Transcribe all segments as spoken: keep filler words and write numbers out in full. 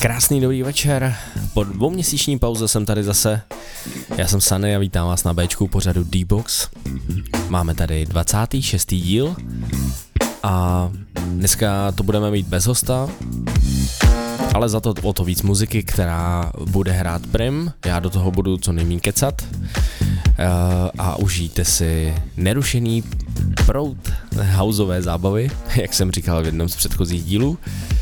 Krásný dobrý večer, po dvouměsíční pauze jsem tady zase. Já jsem Sunny a vítám vás na Bčku pořadu D-Box. Máme tady dvacátý šestý díl a dneska to budeme mít bez hosta, ale za to o to víc muziky, která bude hrát prim. Já do toho budu co nejméně kecat a užijte si nerušený proud houseové zábavy, jak jsem říkal v jednom z předchozích dílů.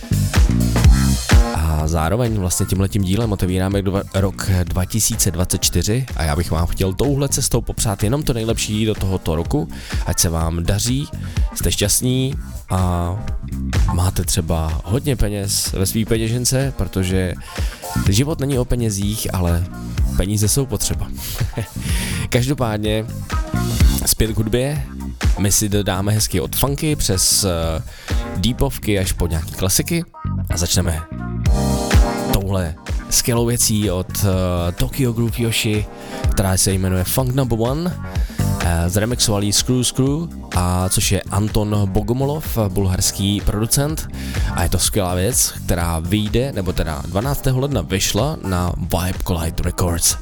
A zároveň vlastně tímhletím dílem otevíráme dva, rok dva tisíce dvacet čtyři a já bych vám chtěl touhle cestou popřát jenom to nejlepší do tohoto roku, ať se vám daří, jste šťastní a máte třeba hodně peněz ve svý peněžence, protože život není o penězích, ale peníze jsou potřeba. Každopádně zpět k hudbě, my si dodáme hezky od funky přes uh, deepovky až po nějaký klasiky a začneme touhle skvělou věcí od uh, Tokyo Groove Yoshi, která se jmenuje Funk Number One, uh, zremixovali Screw Screw, a což je Anton Bogomolov, bulharský producent, a je to skvělá věc, která vyjde, nebo teda dvanáctého ledna vyšla na Vibe Collide Records.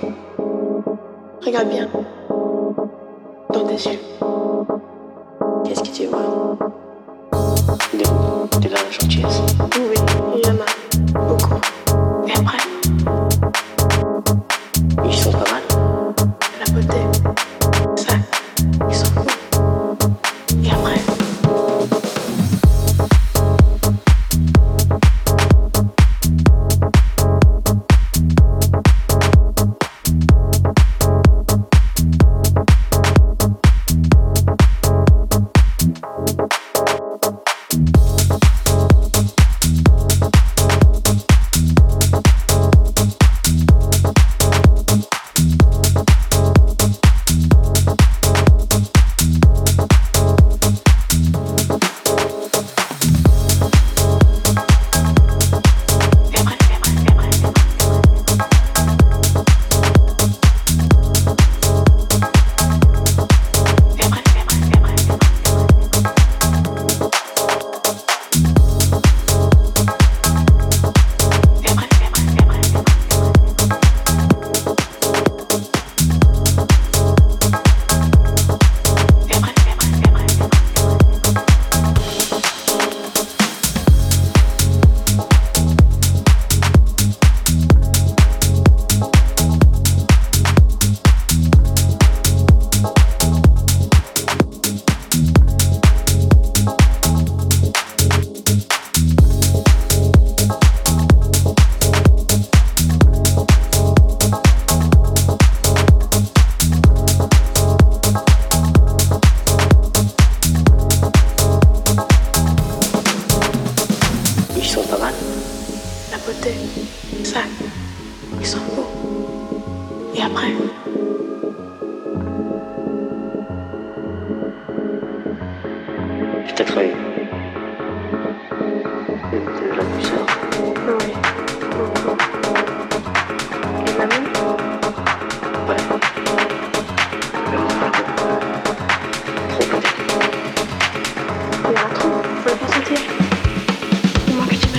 Regarde bien. Dans tes yeux. Qu'est-ce que tu vois? De, de la gentillesse. Oui, il y en a. Beaucoup. Et après? Ils sont pas mal. La beauté. Ça. Ils sont beaux. Et après? Ça, ils sont beaux. Et après? Peut-être une... de la douceur. Oui, beaucoup. Et l'amour? Ouais. Vraiment pas trop. Trop peut-être. Il y en a trop, faut le faire sentir. Dis-moi que tu m'aimes.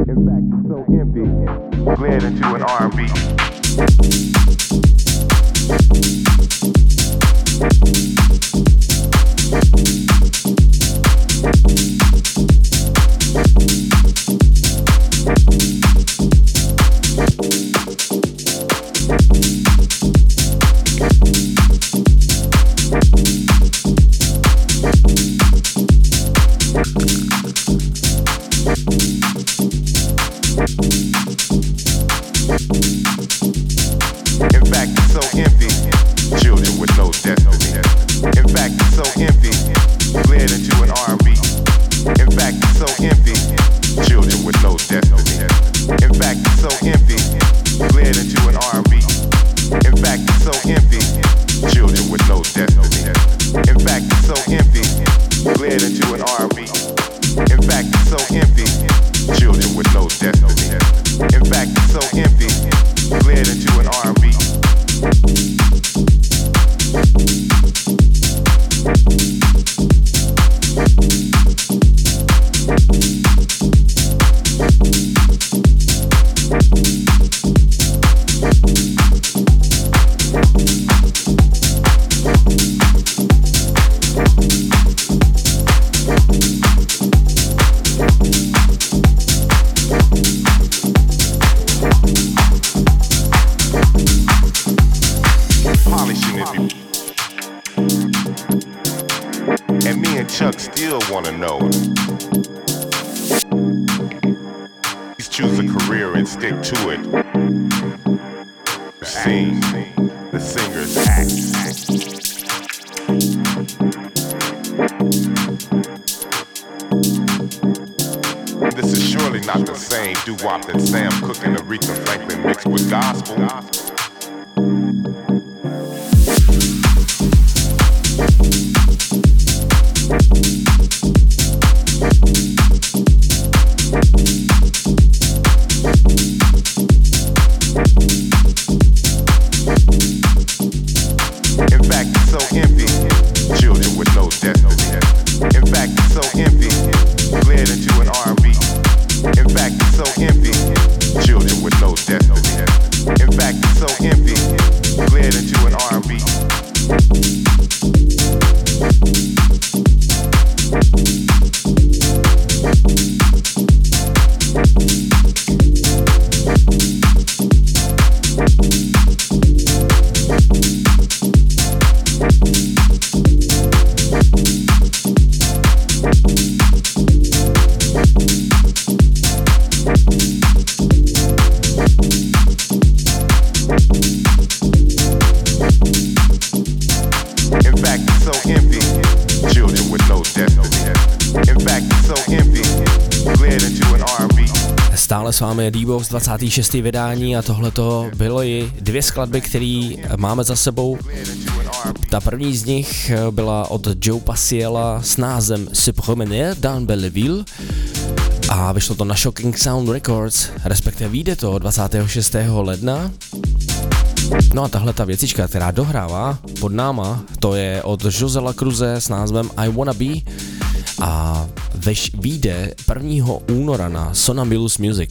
Glad into an R and B. popping if you. And me and Chuck still wanna know. Please choose a career and stick to it. Sing, the singer's act. This is surely not the same doo-wop that Sam Cooke and Aretha Franklin mixed with gospel. In fact, it's so empty, children with no destiny. In fact, it's so empty, led into an R and B. In fact, it's so empty, children with no destiny. In fact, it's so empty, led into an R and B. Stále s vámi je D-Box dvacáté šesté vydání a tohleto bylo i dvě skladby, které máme za sebou. Ta první z nich byla od Joe Paciella s názvem Se promener dans Belleville a vyšlo to na Shocking Sound Records, respektive vyjde to dvacátého šestého ledna. No a tahle ta věcička, která dohrává pod náma, to je od Josela Cruze s názvem I Wanna Be a veš vyjde prvního února na Sonambulous Music.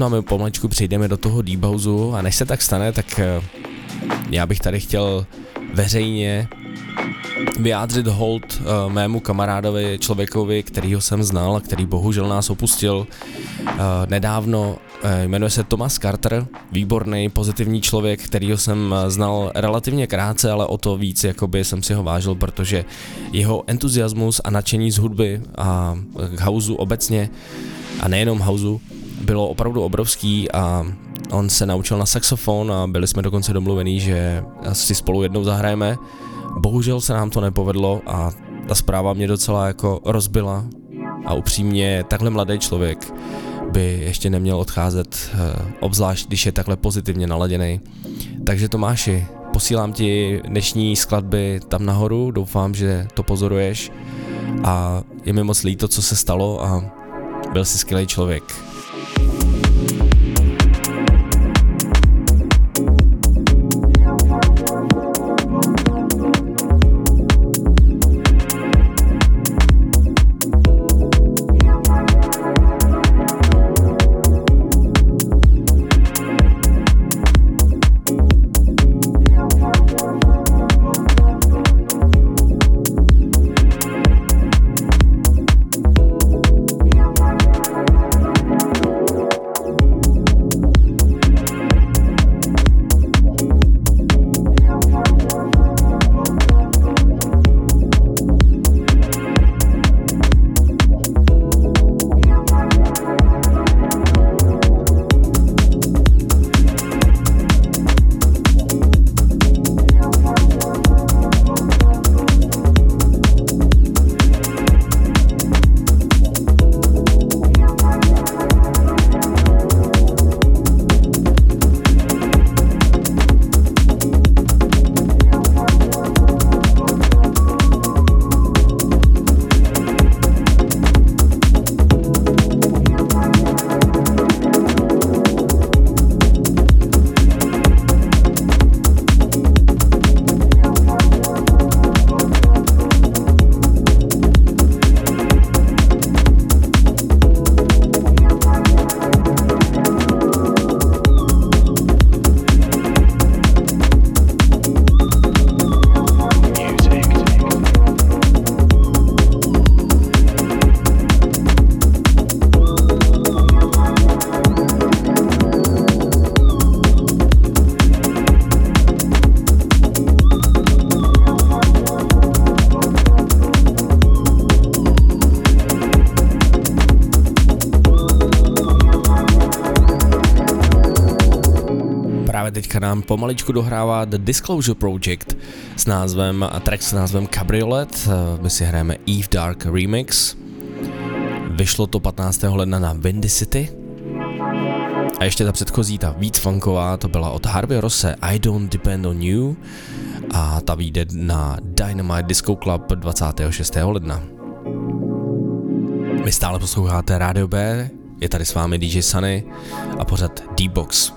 a my pomalečku přejdeme do toho deep houseu a než se tak stane, tak já bych tady chtěl veřejně vyjádřit hold uh, mému kamarádovi, člověkovi, kterýho jsem znal a který bohužel nás opustil uh, nedávno. Uh, jmenuje se Thomas Carter, výborný, pozitivní člověk, kterýho jsem znal relativně krátce, ale o to víc jakoby jsem si ho vážil, protože jeho entuziasmus a nadšení z hudby a k houseu obecně a nejenom houseu bylo opravdu obrovský a on se naučil na saxofon a byli jsme dokonce domluvení, že si spolu jednou zahrajeme. Bohužel se nám to nepovedlo a ta zpráva mě docela jako rozbila a upřímně takhle mladý člověk by ještě neměl odcházet, obzvlášť když je takhle pozitivně naladěný. Takže Tomáši, posílám ti dnešní skladby tam nahoru, doufám, že to pozoruješ a je mi moc líto, co se stalo a byl jsi skvělý člověk. Teďka nám pomaličku dohrává The Disclosure Project s názvem, a track s názvem Cabriolet. My si hrajeme Eve Dark Remix. Vyšlo to patnáctého ledna na Windy City. A ještě ta předchozí, ta víc funková, to byla od Harvey Rosse I Don't Depend on You. A ta vyjde na Dynamite Disco Club dvacátého šestého ledna. Vy stále posloucháte Rádio B, je tady s vámi D J Sunny a pořad D-Box.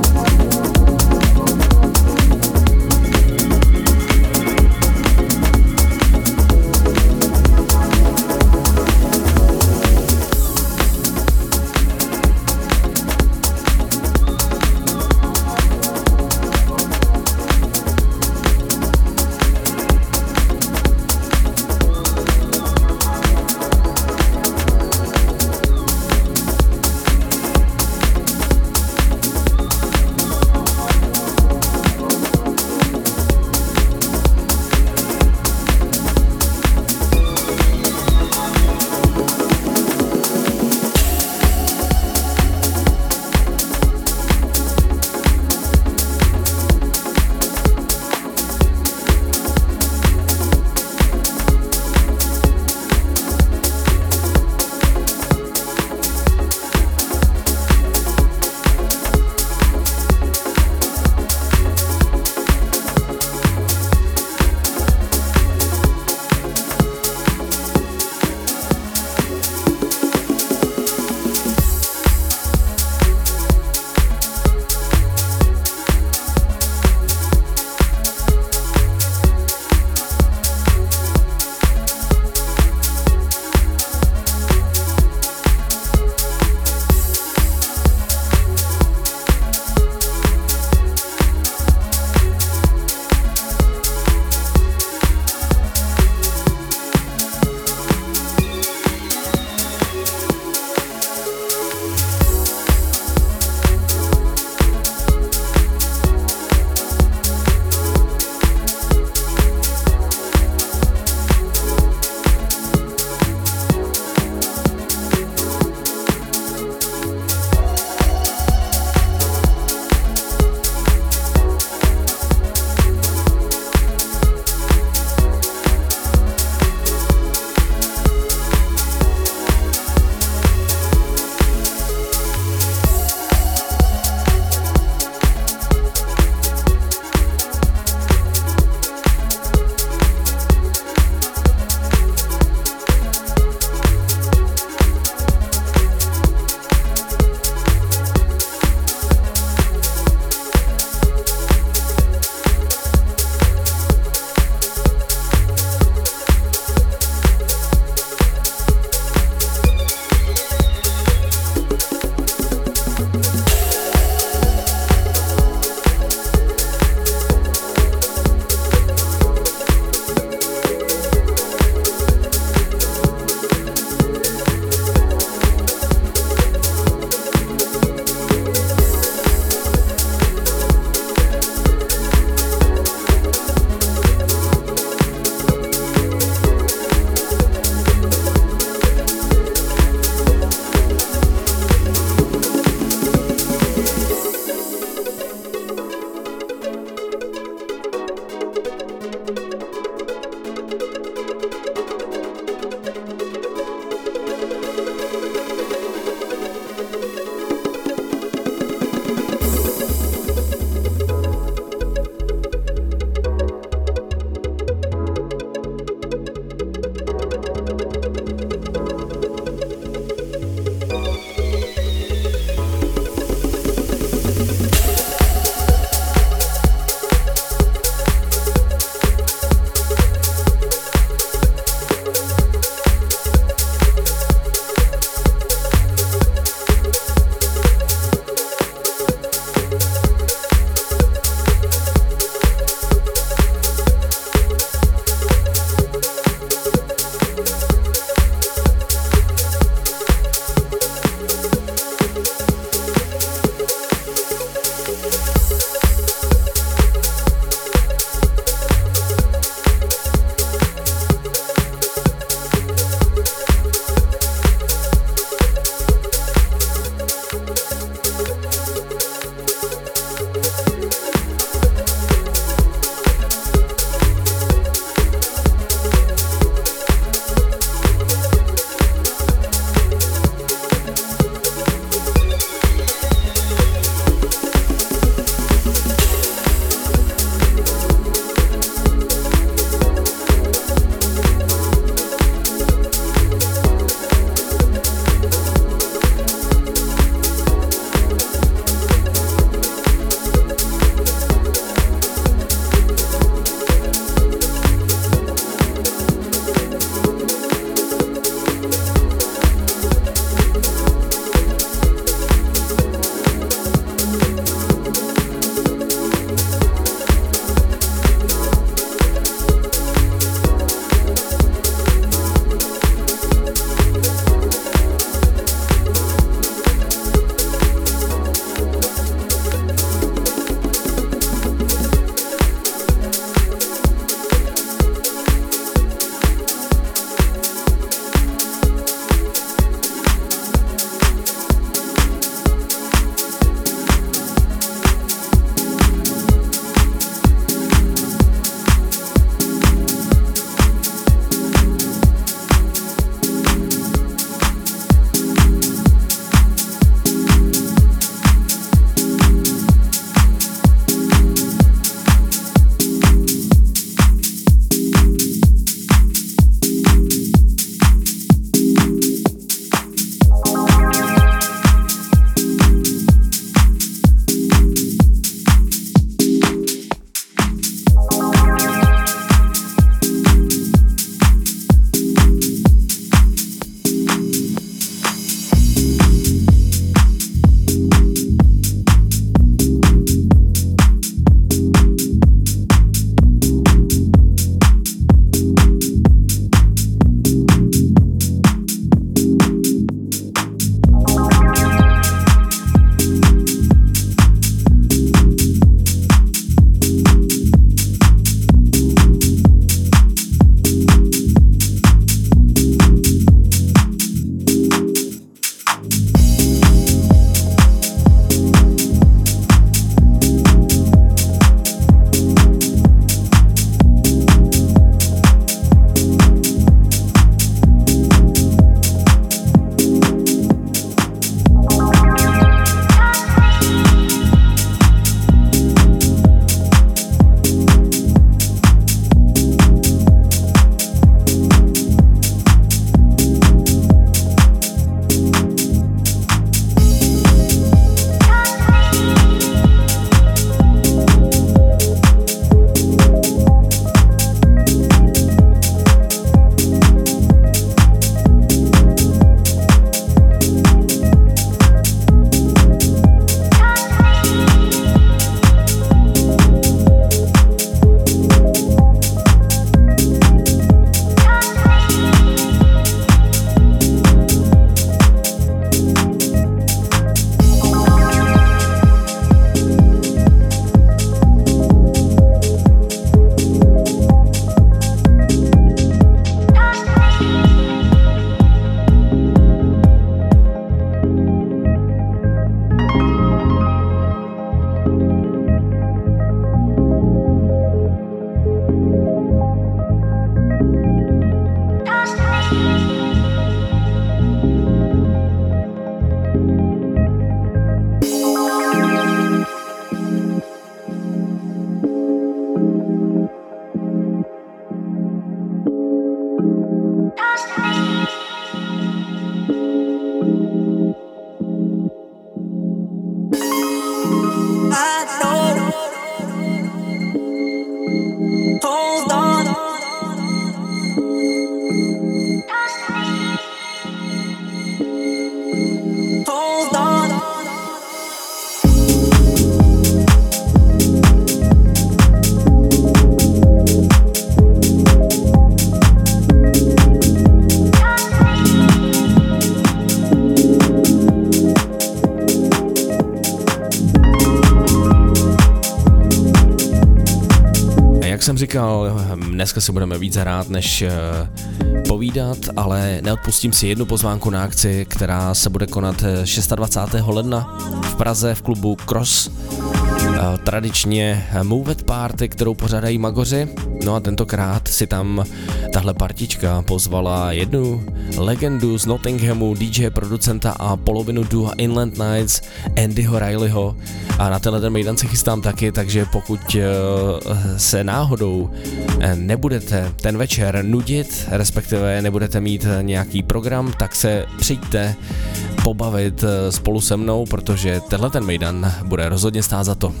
jsem říkal, dneska si budeme víc hrát než povídat, ale neodpustím si jednu pozvánku na akci, která se bude konat dvacátého šestého ledna v Praze v klubu Cross. Tradičně Move It Party, kterou pořádají Magoři. No a tentokrát si tam tahle partička pozvala jednu legendu z Nottinghamu, D J, producenta a polovinu dua Inland Nights, Andyho Rileyho. A na tenhle ten mejdan se chystám taky, takže pokud se náhodou nebudete ten večer nudit, respektive nebudete mít nějaký program, tak se přijďte pobavit spolu se mnou, protože tenhle ten mejdan bude rozhodně stát za to.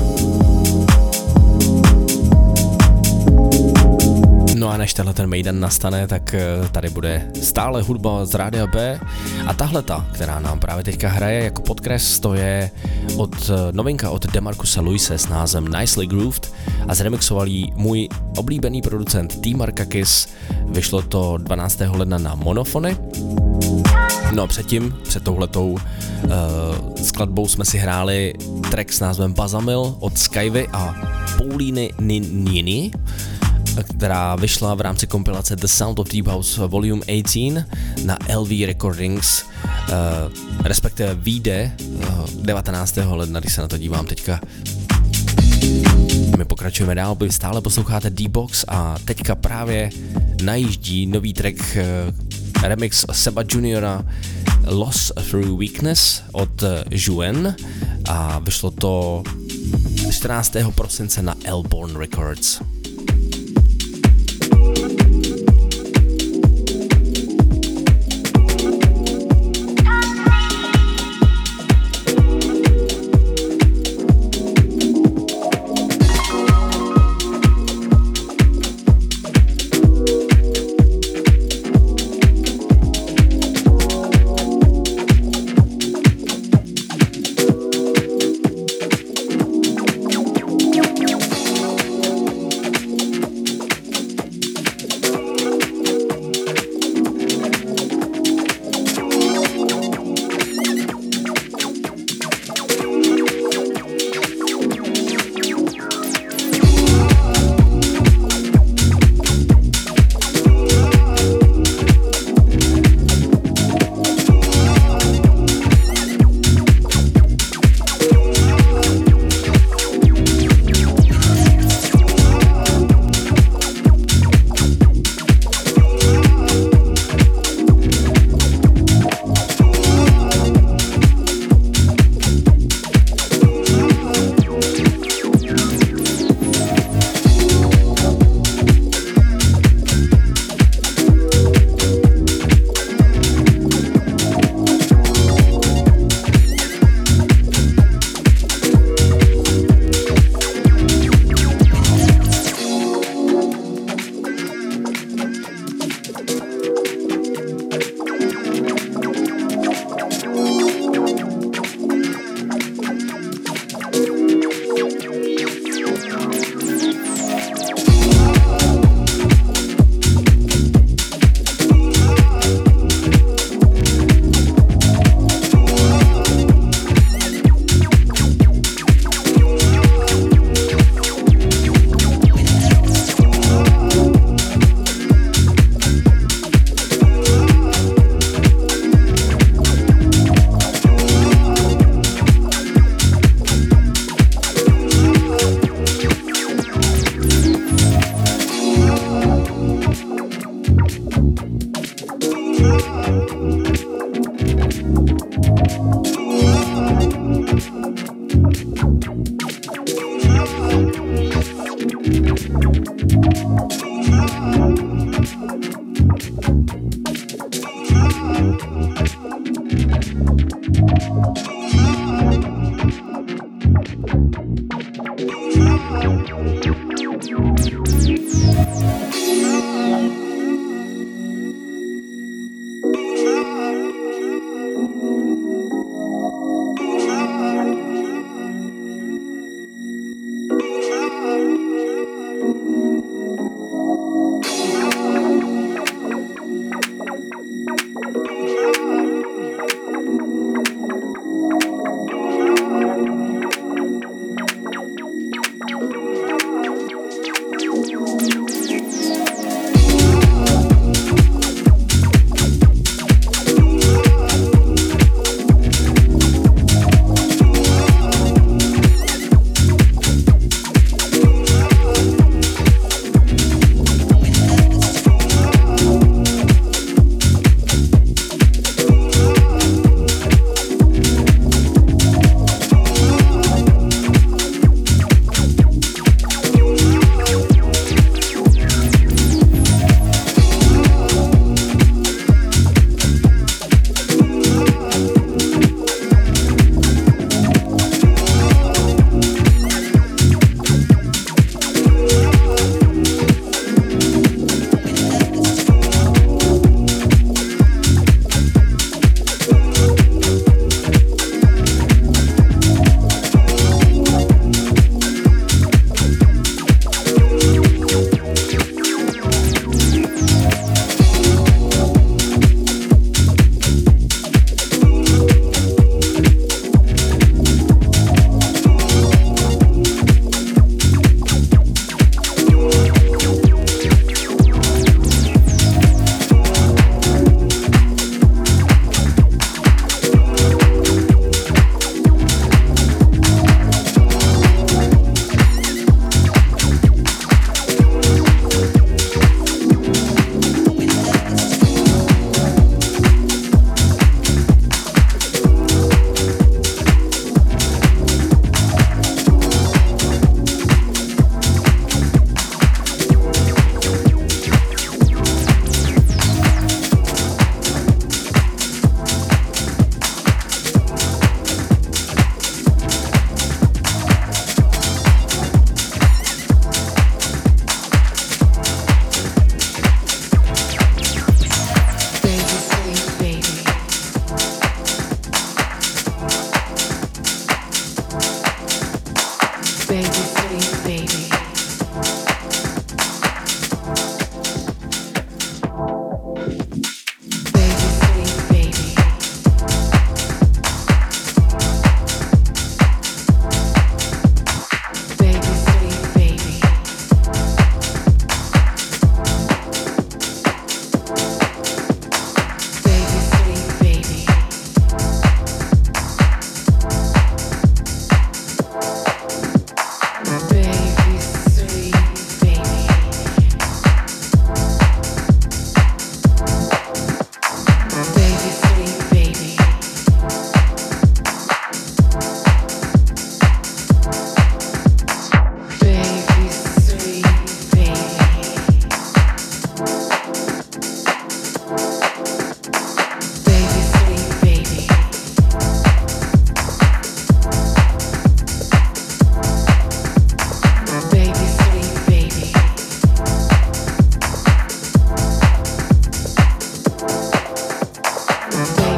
No a než tenhle ten mejdan nastane, tak tady bude stále hudba z Rádia B a tahleta, která nám právě teďka hraje jako podkres, to je od novinka od Demarcusa Luise s názvem Nicely Grooved a zremixoval jí můj oblíbený producent T. Markakis. Vyšlo to dvanáctého ledna na Monofony. No a předtím, před touhletou uh, skladbou jsme si hráli track s názvem Bazamil od Skyvy a Pauliny Nini, která vyšla v rámci kompilace The Sound of Deep House Volume osmnáct na L V Recordings, uh, respektive vyjde uh, devatenáctého ledna, když se na to dívám teďka. My pokračujeme dál, vy stále posloucháte D-Box a teďka právě najíždí nový track uh, remix Seba Juniora Loss Through Weakness od Juen a vyšlo to čtrnáctého prosince na Elborn Records.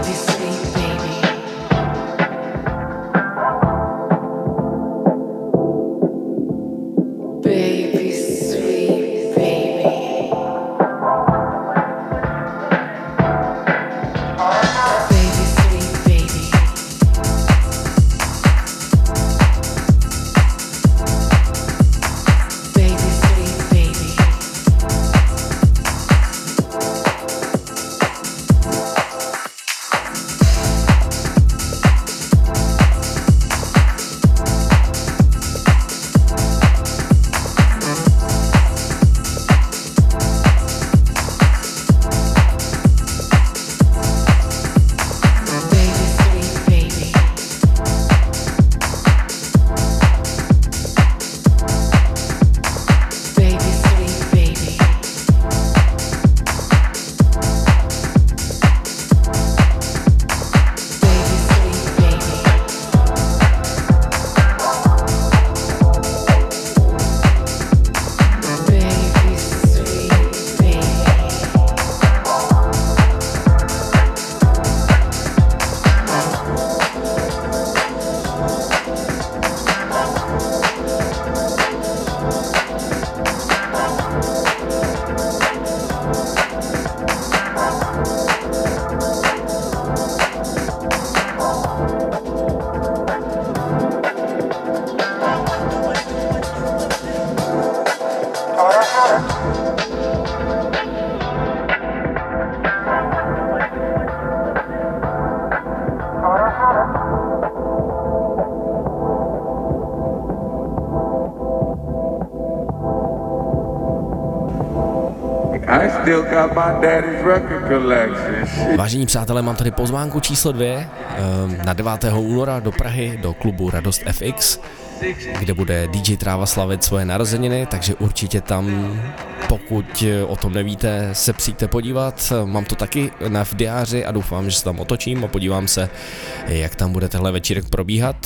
Vážení přátelé, mám tady pozvánku číslo dvě na devátého února do Prahy do klubu Radost F X, kde bude D J Tráva slavit svoje narozeniny, takže určitě tam, pokud o tom nevíte, se přijďte podívat. Mám to taky na v diáři a doufám, že se tam otočím a podívám se, jak tam bude tenhle večírek probíhat.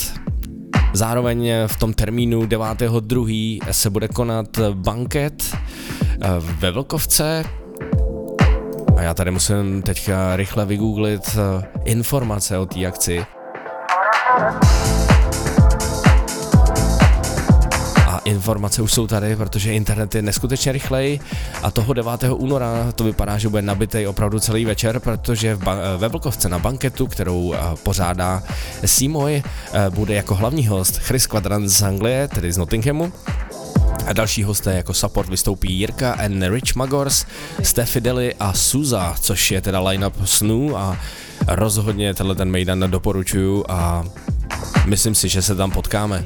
Zároveň v tom termínu devátého druhého se bude konat banket ve Vlkovce. A já tady musím teďka rychle vygooglit informace o té akci. A informace už jsou tady, protože internet je neskutečně rychlej a toho devátého února to vypadá, že bude nabitej opravdu celý večer, protože v ba- ve Vlkovce na banketu, kterou pořádá Simoy, bude jako hlavní host Chris Quadrant z Anglie, tedy z Nottinghamu. A další hosté jako support vystoupí Jirka and Rich Magors, Steffi Deli a Suza, což je teda line-up snů a rozhodně tenhle ten mejdan doporučuju a myslím si, že se tam potkáme.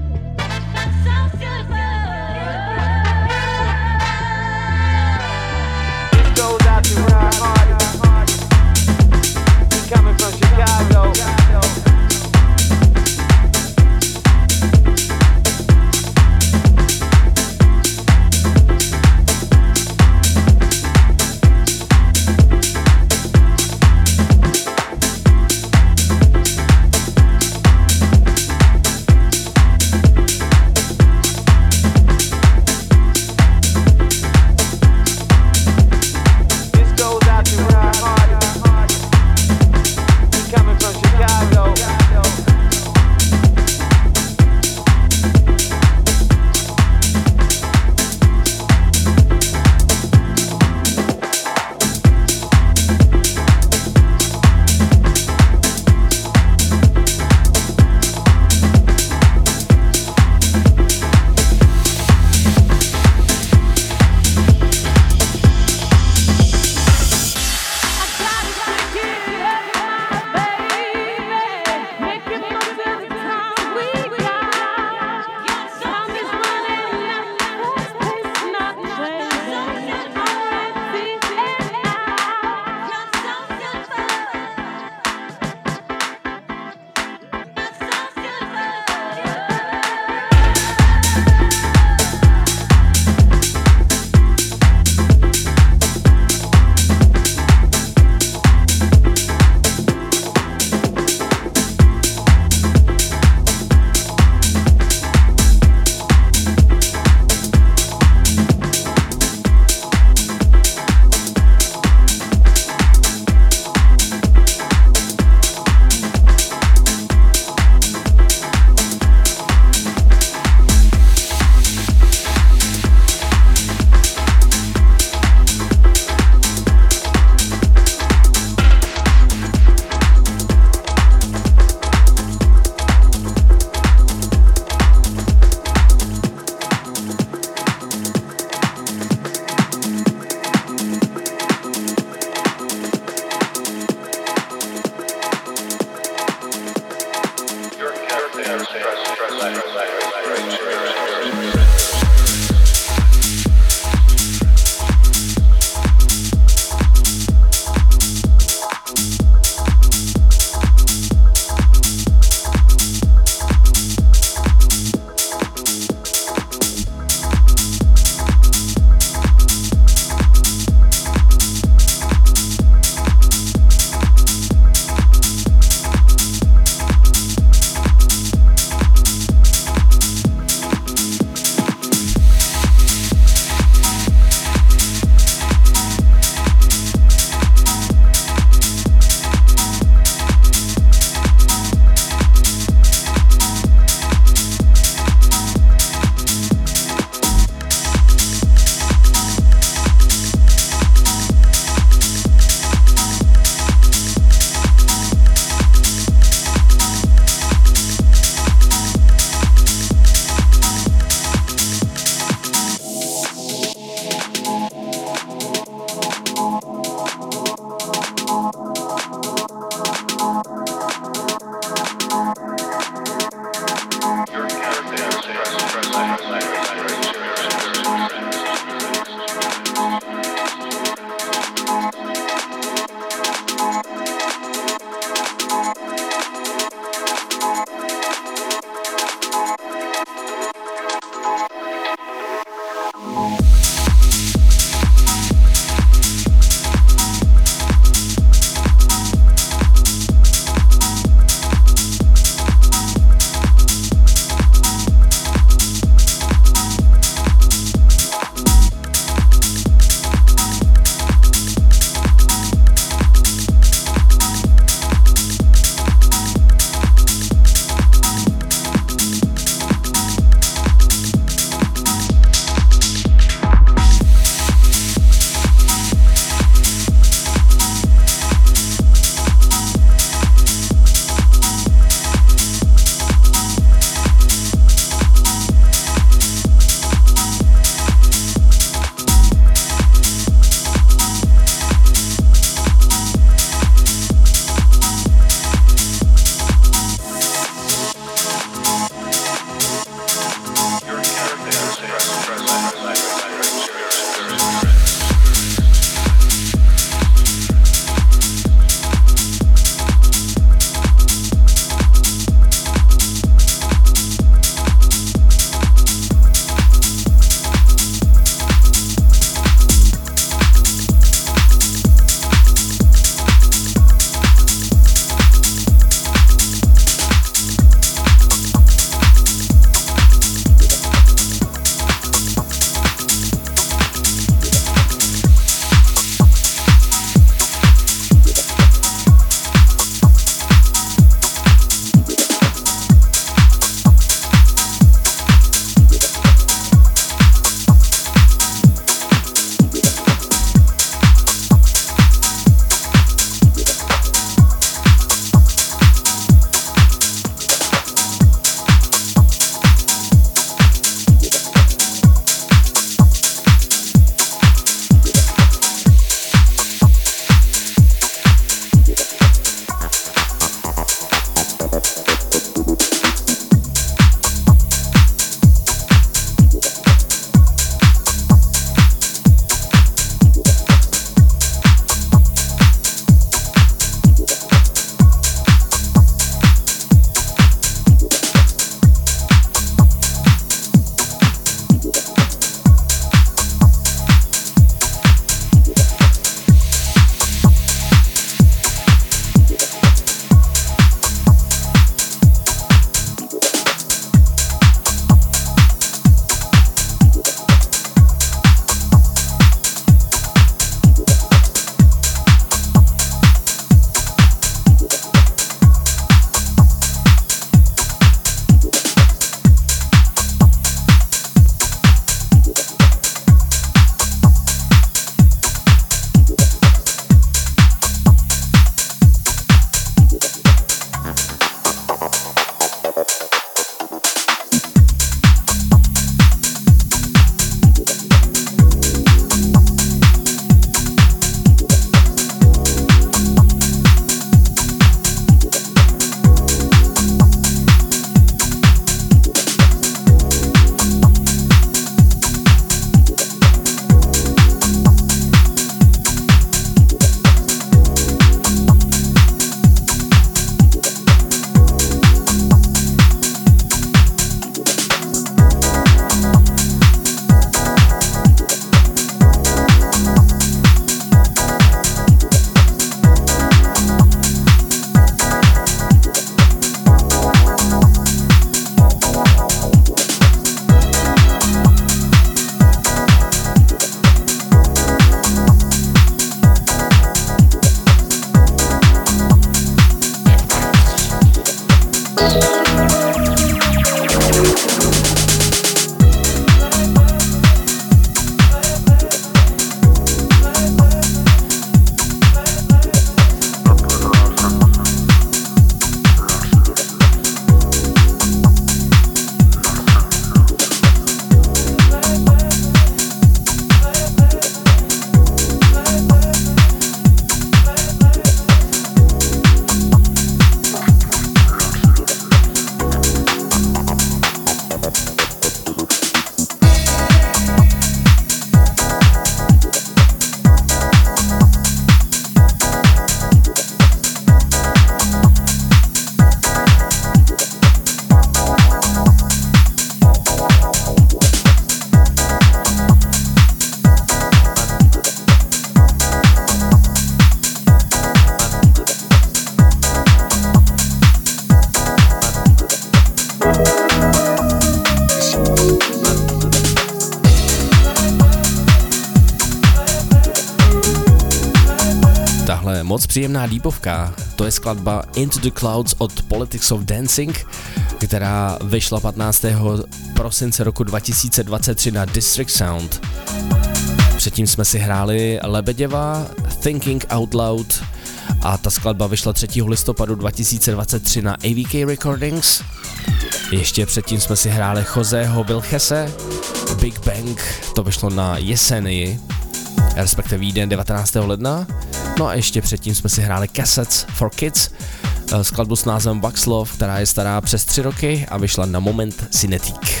Moc příjemná deepovka, to je skladba Into the Clouds od Politics of Dancing, která vyšla patnáctého prosince roku dva tisíce dvacet tři na District Sound. Předtím jsme si hráli Lebeděva, Thinking Out Loud a ta skladba vyšla třetího listopadu dva tisíce dvacet tři na A V K Recordings. Ještě předtím jsme si hráli Joseho Vilchese, Big Bang, to vyšlo na Jesenii, respektive Vídeň devatenáctého ledna. No a ještě předtím jsme si hráli Cassettes for Kids, skladbu s názvem Wax Love, která je stará přes tři roky a vyšla na Moment Cinetique.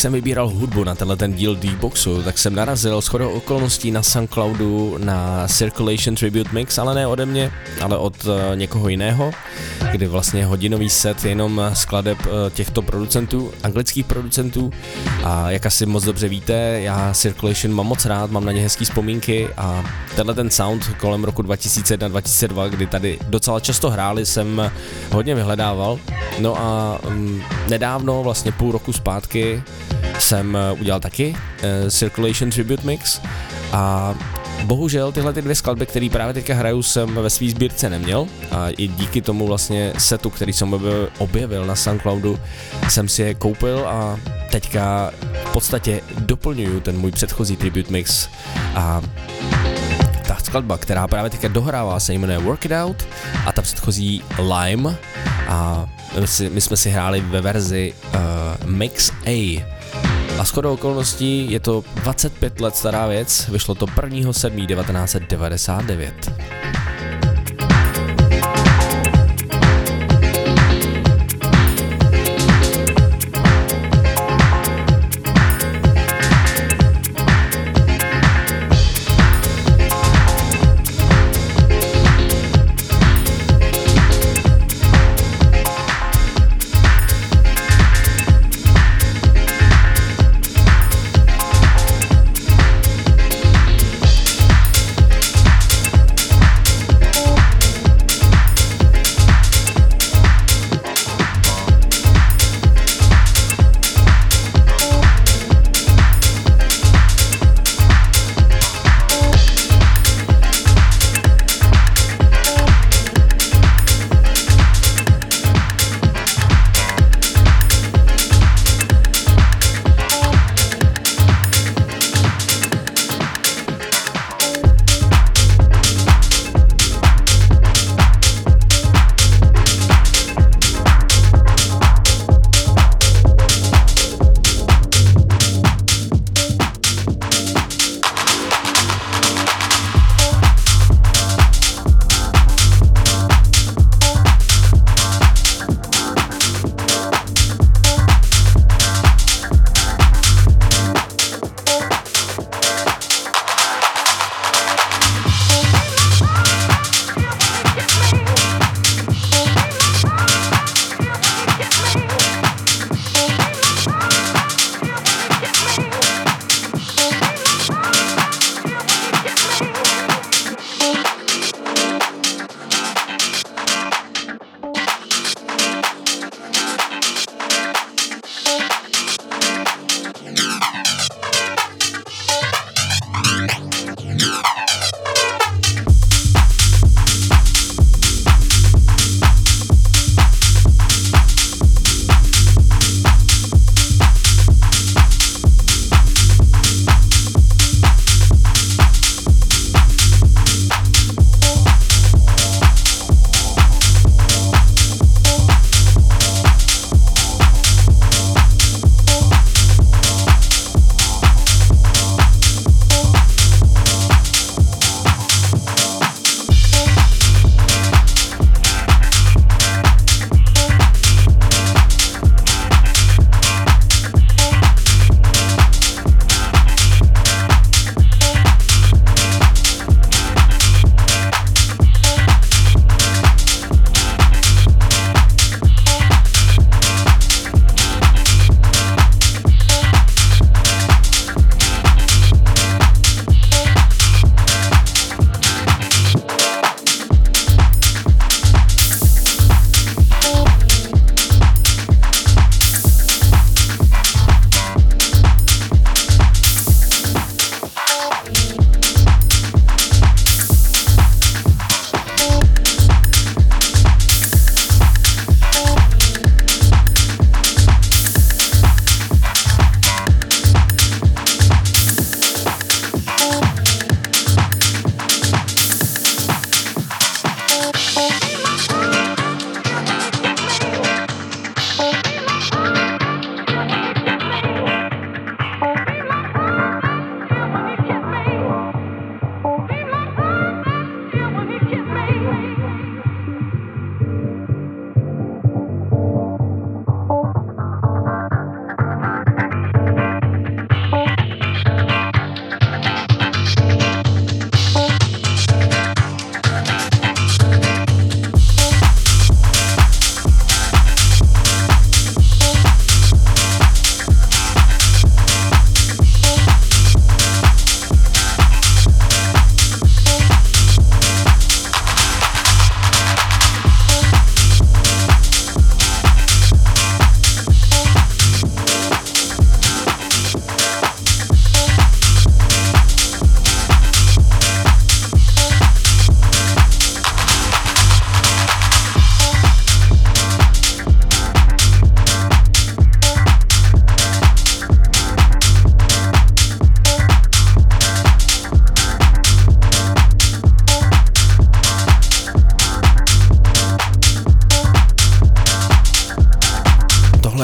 jsem vybíral hudbu na tenhle ten díl D-Boxu, tak jsem narazil shodou okolností na SoundCloudu na Circulation Tribute Mix, ale ne ode mě, ale od uh, někoho jiného, kdy vlastně hodinový set jenom skladeb uh, těchto producentů, anglických producentů, a jak asi moc dobře víte, já Circulation mám moc rád, mám na ně hezký vzpomínky a tenhle ten sound kolem roku dva tisíce jedna dva tisíce dva, kdy tady docela často hráli, jsem hodně vyhledával. No a um, nedávno, vlastně půl roku zpátky, jsem udělal taky uh, Circulation Tribute Mix a bohužel tyhle ty dvě skladby, které právě teďka hraju, jsem ve svý sbírce neměl a i díky tomu vlastně setu, který jsem objevil na SoundCloudu, jsem si je koupil a teďka v podstatě doplňuju ten můj předchozí Tribute Mix a ta skladba, která právě teďka dohrává, se jmenuje Work It Out a ta předchozí Lime a my, si, my jsme si hráli ve verzi uh, Mix A. A shodou okolností je to dvacet pět let stará věc, vyšlo to prvního sedmého devatenáct set devadesát devět.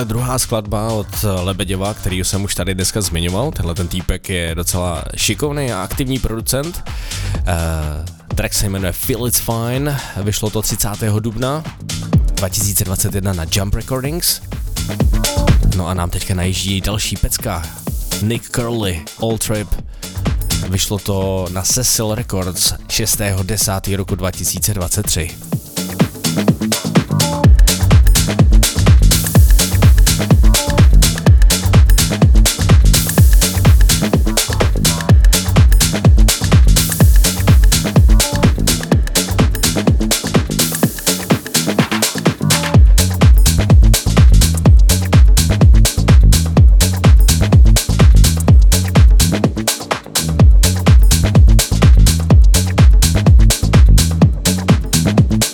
tahle druhá skladba od Lebeděva, kterýho jsem už tady dneska zmiňoval. Tenhle ten týpek je docela šikovný a aktivní producent. Uh, track se jmenuje Feel It's Fine, vyšlo to třicátého dubna dva tisíce dvacet jedna na Jump Recordings. No a nám teďka najíždí další pecka. Nick Curly, All Trip. Vyšlo to na Cecil Records šestého desátého roku dva tisíce dvacet tři. We'll be right back.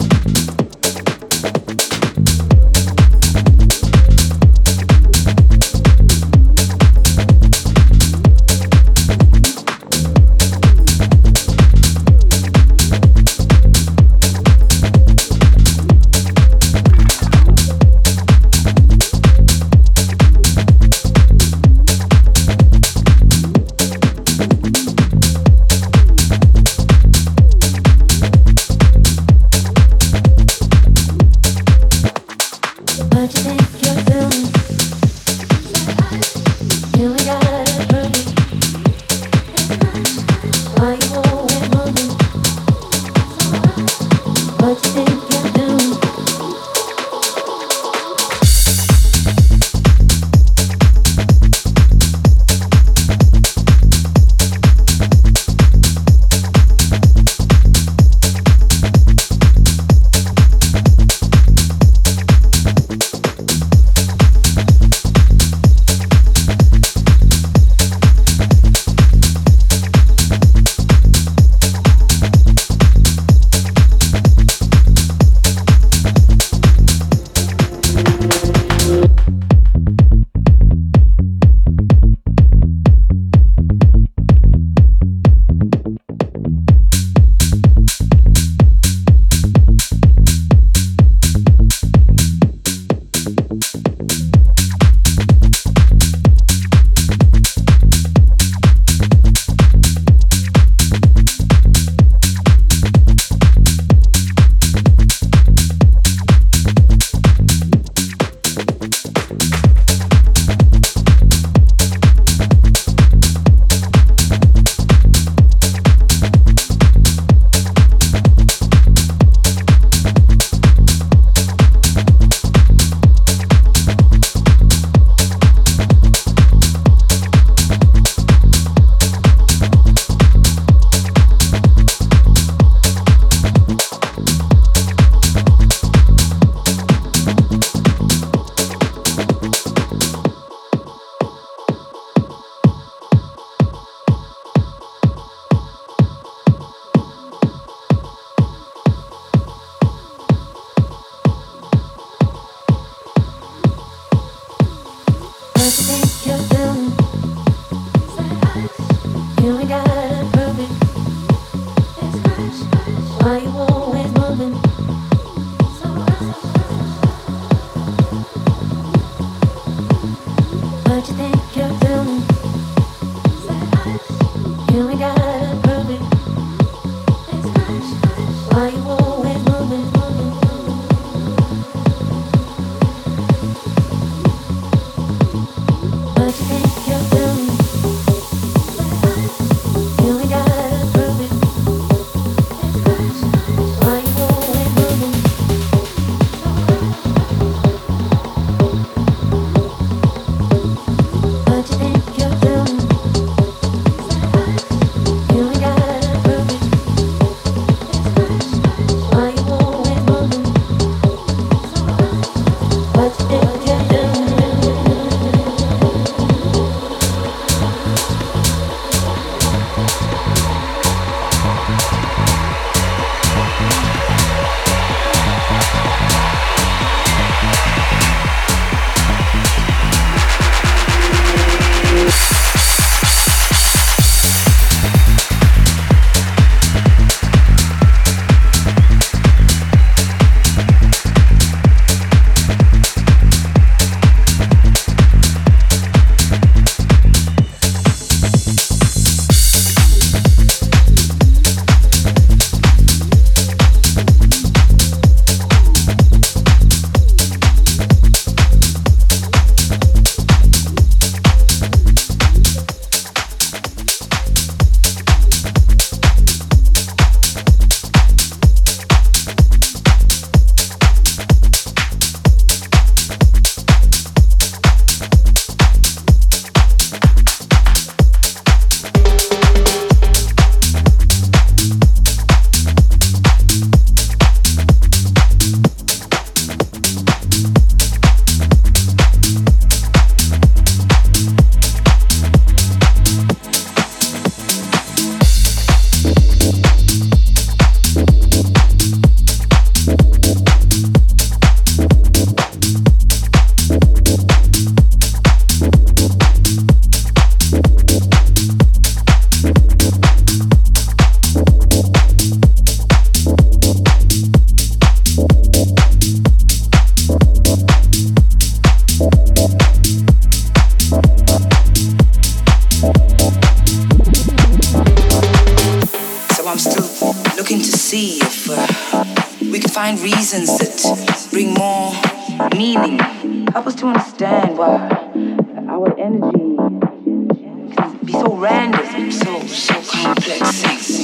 looking to see if uh, we can find reasons that bring more meaning. Help us to understand why our energy can be so random, so, so complex.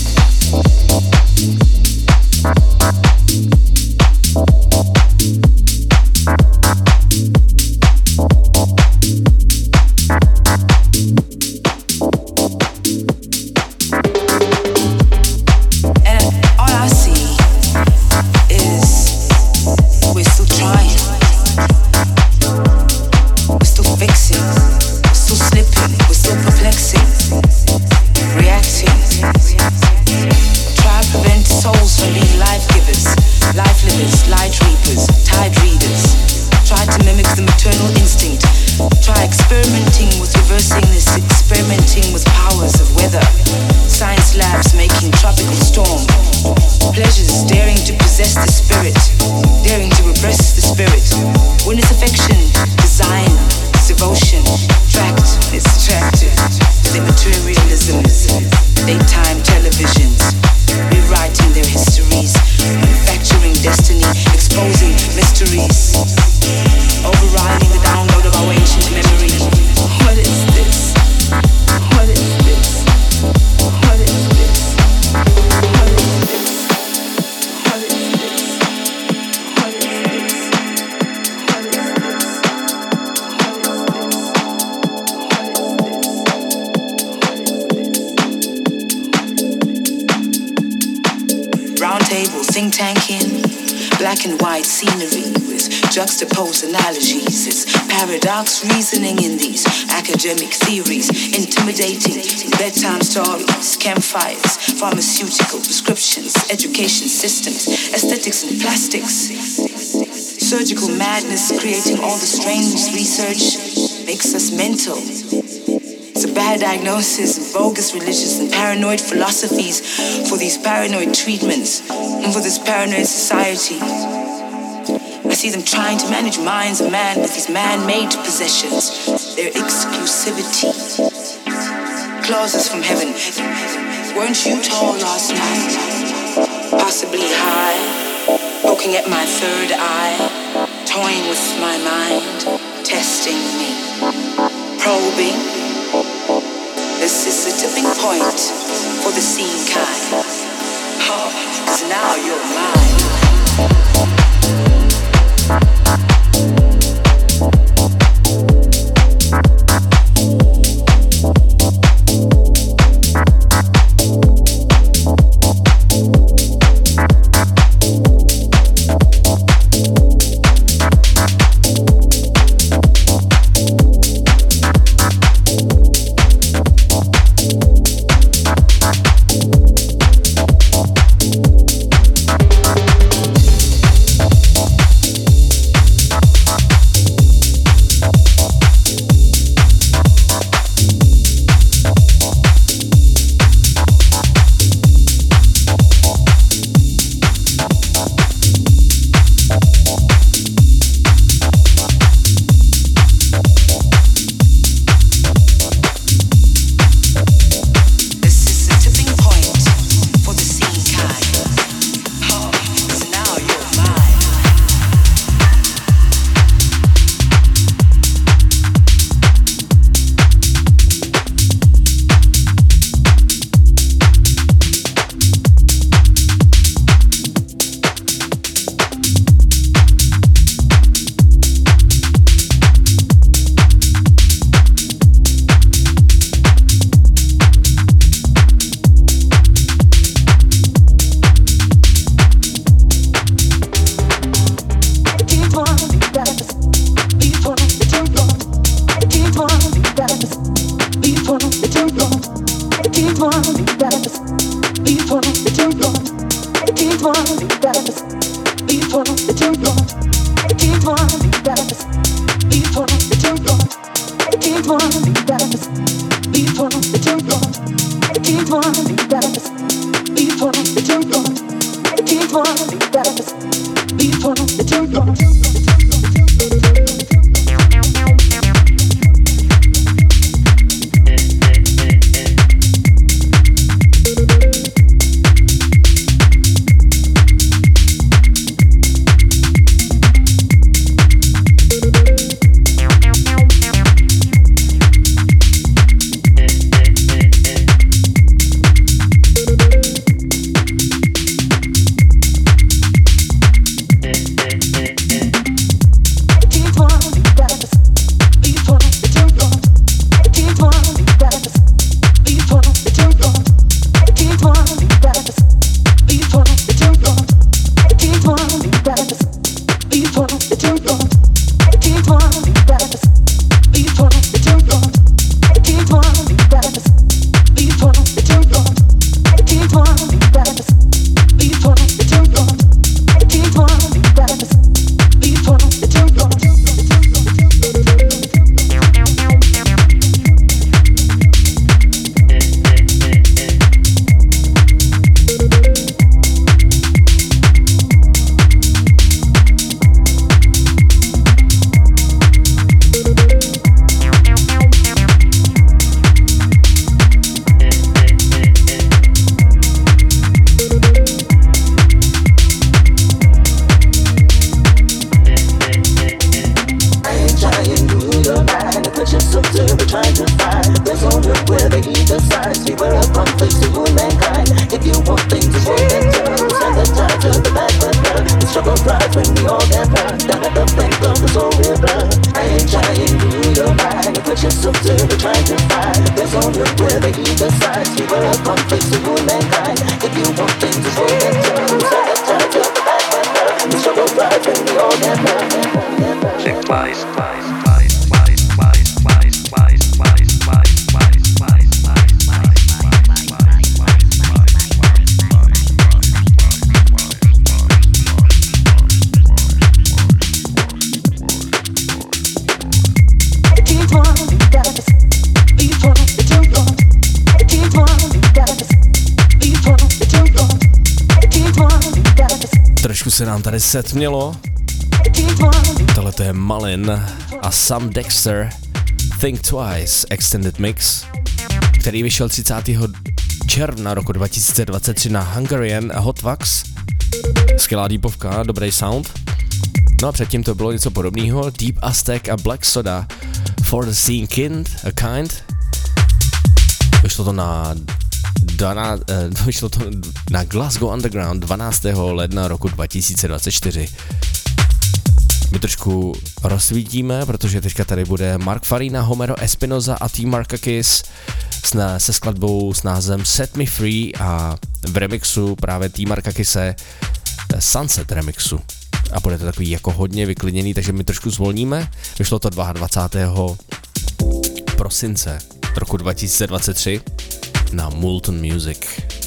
Juxtapose analogies, it's paradox reasoning in these academic theories, intimidating bedtime stories, campfires, pharmaceutical prescriptions, education systems, aesthetics and plastics, surgical madness creating all the strange research makes us mental. It's a bad diagnosis, bogus religious and paranoid philosophies for these paranoid treatments and for this paranoid society. I see them trying to manage minds of man with these man-made possessions, their exclusivity. Clauses from heaven. Weren't you tall last night? Possibly high, poking at my third eye, toying with my mind, testing me, probing. This is the tipping point for the scene kind. Oh, 'cause now you're mine. Trošku se nám tady setmělo. Tohle to je Malin a Sam Dexter, Think Twice Extended Mix, který vyšel třicátého června roku dva tisíce dvacet tři na Hungarian a Hot Wax. Skvělá deepovka, dobrý sound. No a předtím to bylo něco podobného, Deep Aztec a Black Soda, For the Scene Kind, a Kind. Vyšlo to na Dana, uh, vyšlo to na Glasgow Underground dvanáctého ledna roku dva tisíce dvacet čtyři. My trošku rozsvítíme, protože teďka tady bude Mark Farina, Homero Espinoza a T. Markakis se skladbou s názvem Set Me Free a v remixu právě T. Markakise Sunset remixu. A bude to takový jako hodně vyklidněný, takže my trošku zvolníme. Vyšlo to dvacátého druhého prosince roku dva tisíce dvacet tři na Multon Music.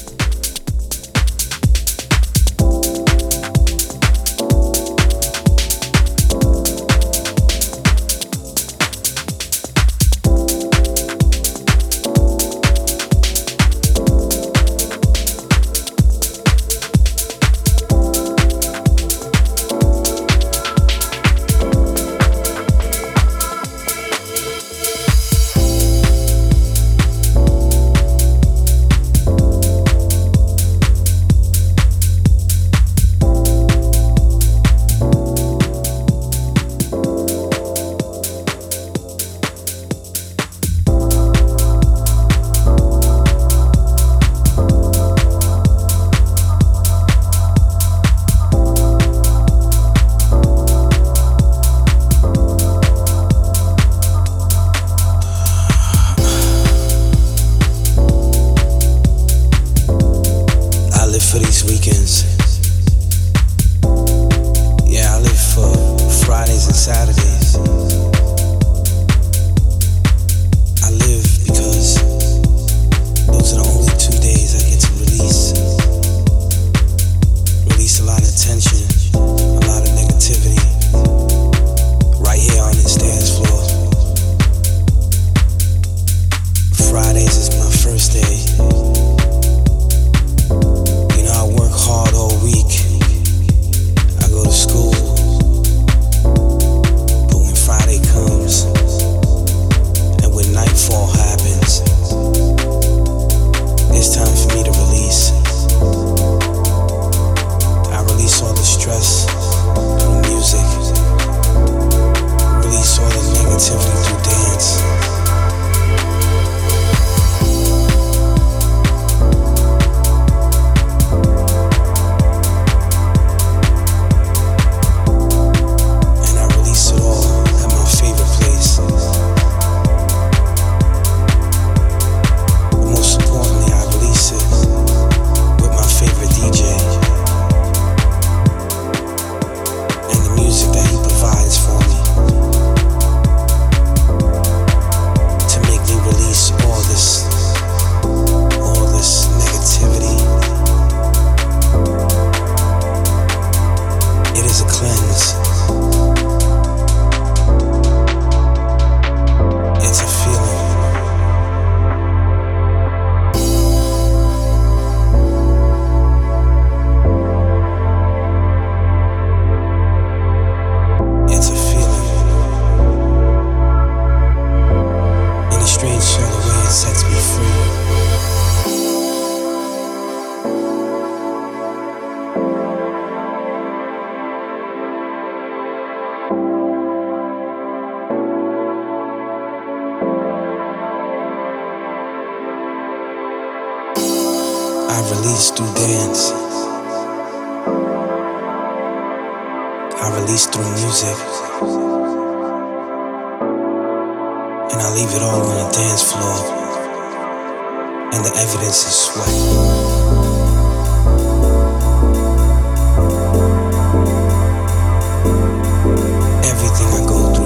release through dance. I release through music. And I leave it all on the dance floor. And the evidence is sweat. Everything I go through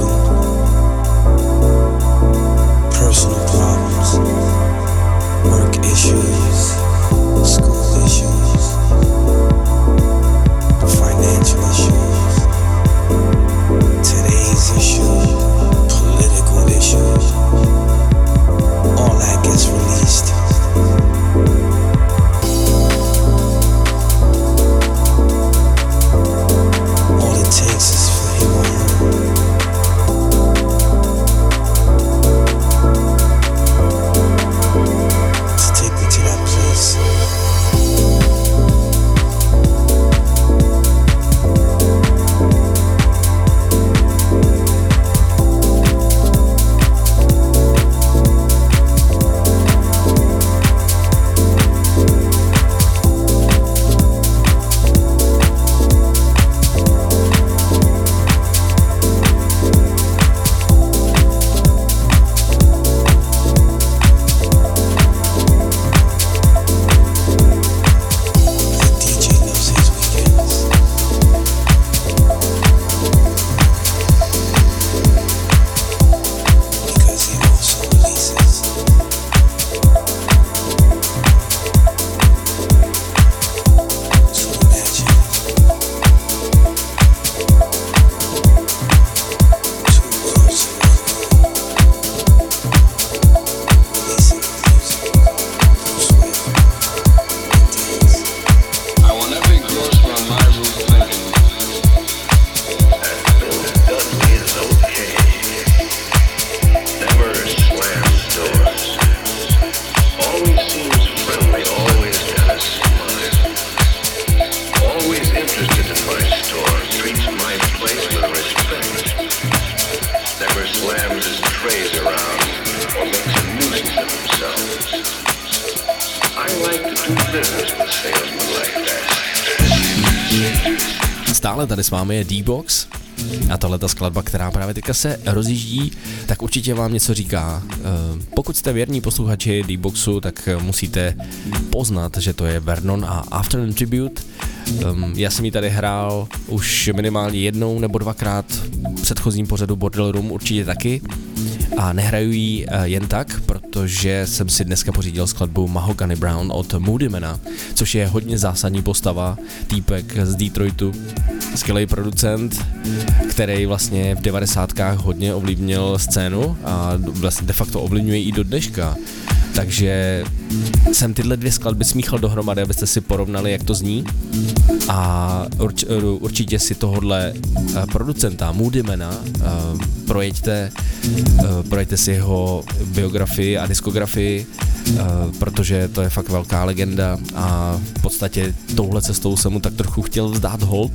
Stále tady s vámi je D-Box a tohle ta skladba, která právě teďka se rozjíždí, tak určitě vám něco říká. Pokud jste věrní posluchači D-Boxu, tak musíte poznat, že to je Vernon a Afternoon Tribute. Já jsem ji tady hrál už minimálně jednou nebo dvakrát v předchozím pořadu Bordel Room, určitě taky. A nehraju ji jen tak, protože jsem si dneska pořídil skladbu Mahogany Brown od Moodymana, což je hodně zásadní postava, týpek z Detroitu, skvělý producent, který vlastně v devadesátkách hodně ovlivnil scénu a vlastně de facto ovlivňuje i do dneška. Takže jsem tyhle dvě skladby smíchal dohromady, abyste si porovnali, jak to zní. A urč, určitě si tohodle producenta Moodymana uh, projeďte, uh, projeďte si jeho biografii a diskografii, uh, protože to je fakt velká legenda a v podstatě touhle cestou jsem mu tak trochu chtěl vzdát hold.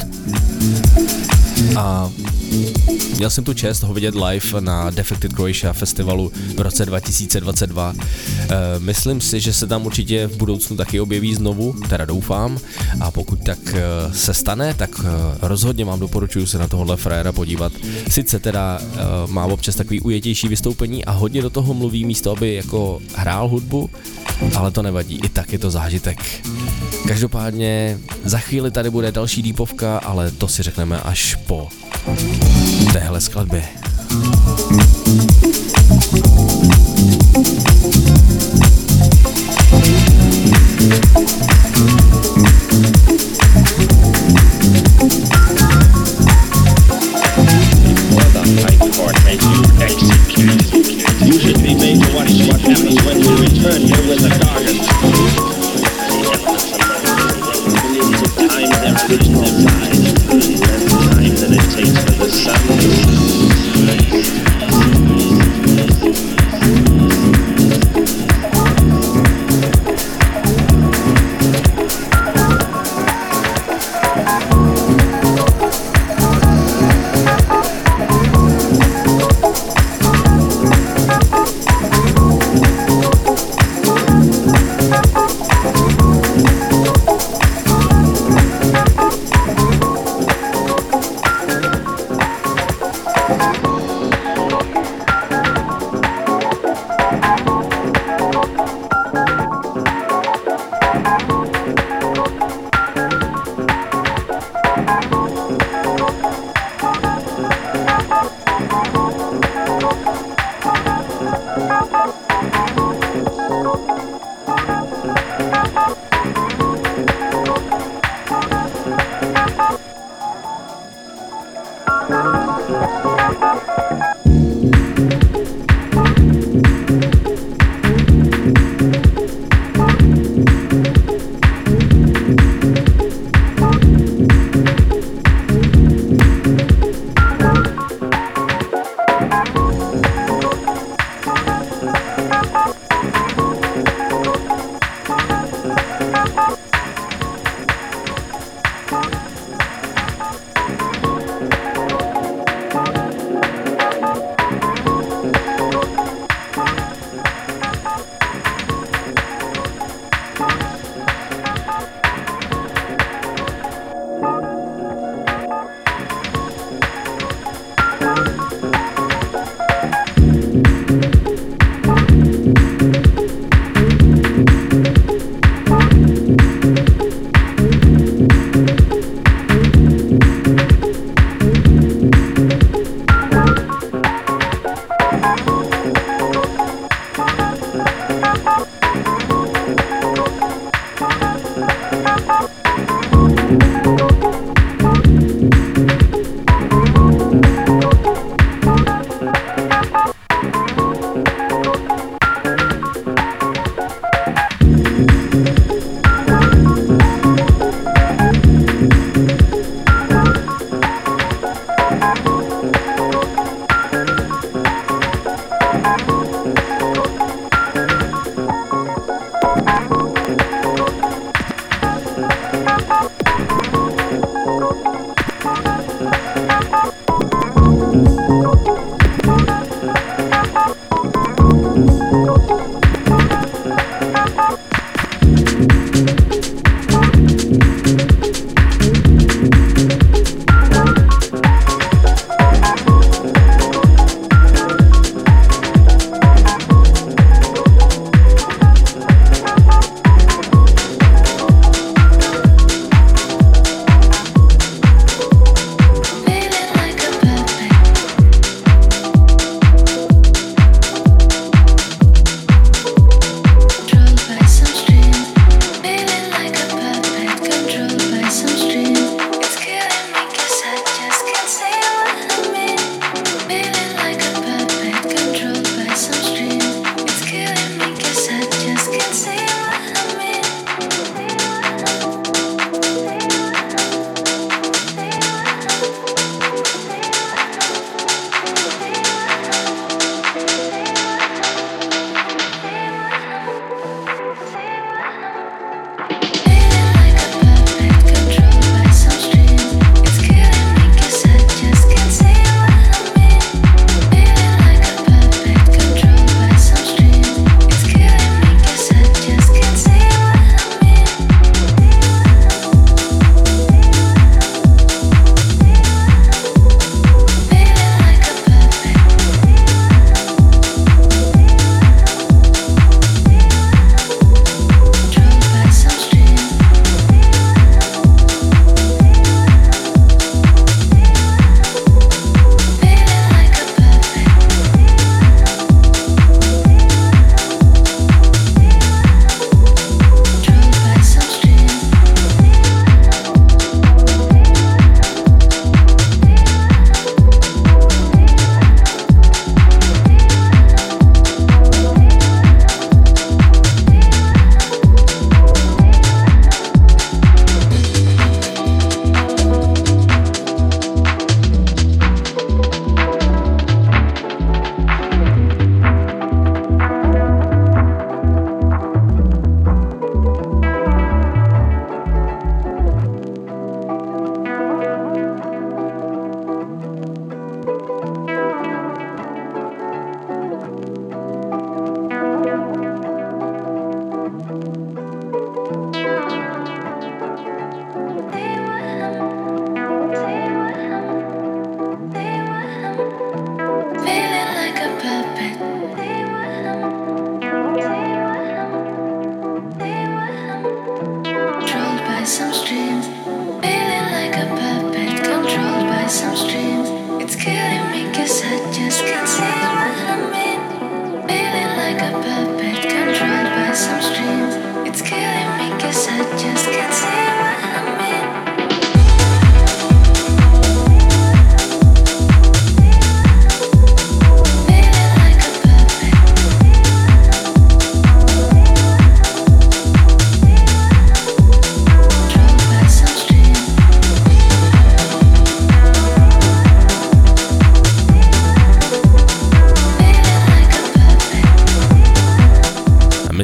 A měl jsem tu čest ho vidět live na Defected Croatia festivalu v roce dva tisíce dvacet dva. E, myslím si, že se tam určitě v budoucnu taky objeví znovu, teda doufám, a pokud tak e, se stane, tak e, rozhodně vám doporučuji se na tohle frajera podívat. Sice teda e, má občas takový ujetější vystoupení a hodně do toho mluví místo, aby jako hrál hudbu, ale to nevadí, i tak je to zážitek. Každopádně za chvíli tady bude další deepovka, ale to si řekneme až po téhle skladbě. You should be made to watch what happens when you return here with a target. Millions of times their original size, less time than it takes for the sun.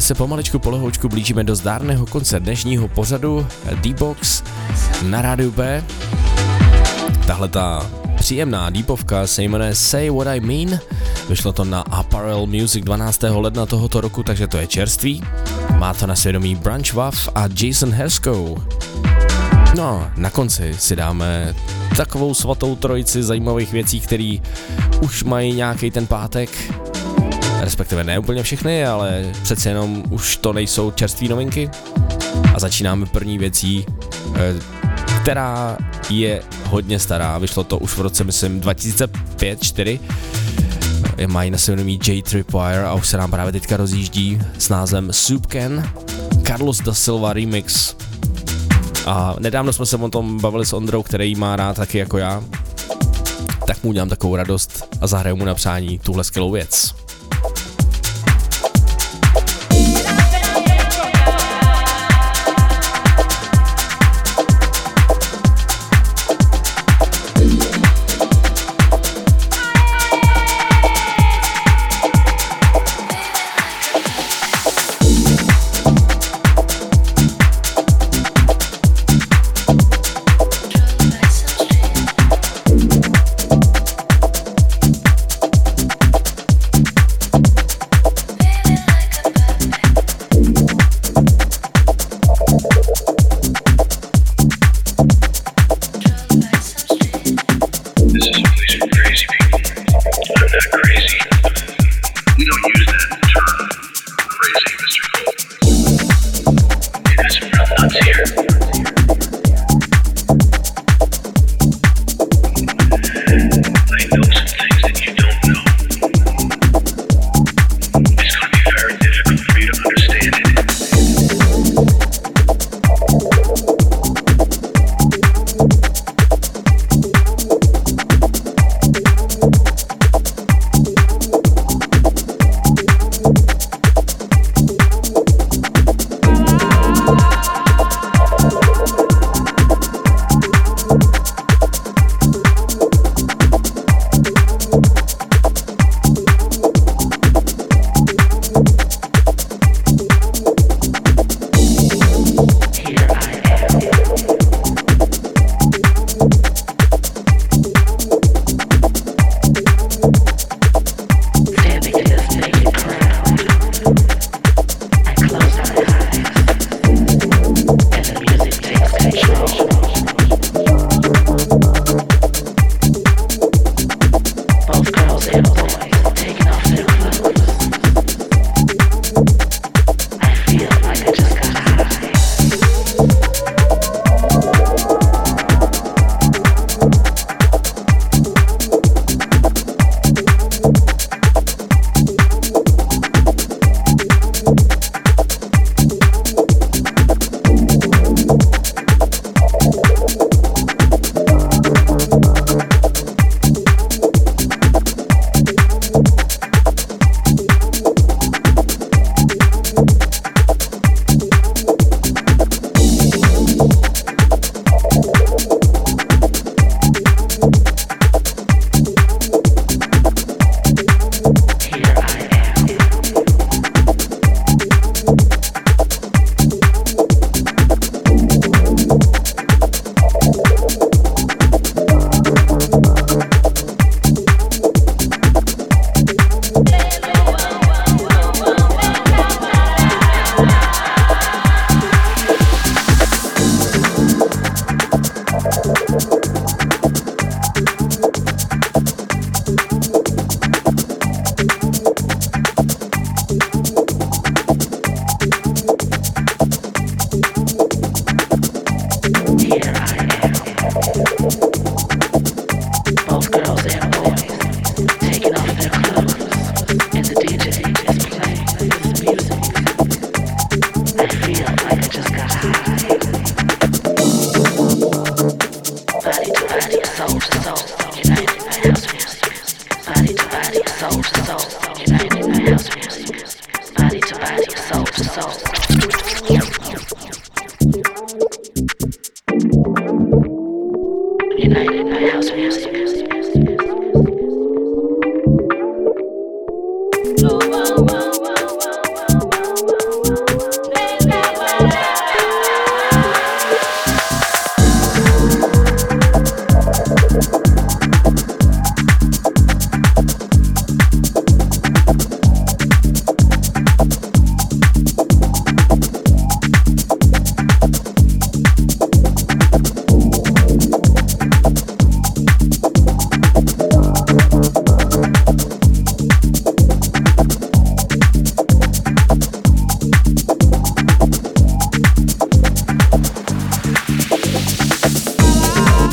se pomaličku polehoučku blížíme do zdárného konce dnešního pořadu D-Box na rádiu B. Tahle ta příjemná deepovka se jmenuje Say What I Mean. Vyšlo to na Apparel Music dvanáctého ledna tohoto roku, takže to je čerství. Má to na svědomí Branch Waff a Jason Herskow. No, na konci si dáme takovou svatou trojici zajímavých věcí, které už mají nějaký ten pátek. Respektive ne úplně všechny, ale přece jenom už to nejsou čerství novinky. A začínáme první věcí, která je hodně stará. Vyšlo to už v roce, myslím, dva tisíce pět čtyři. Mají na svědomí J Tripwire a už se nám právě teďka rozjíždí s názvem Soup Can, Carlos da Silva remix. A nedávno jsme se o tom bavili s Ondrou, který má rád taky jako já. Tak mu udělám takovou radost a zahraju mu na přání tuhle skvělou věc.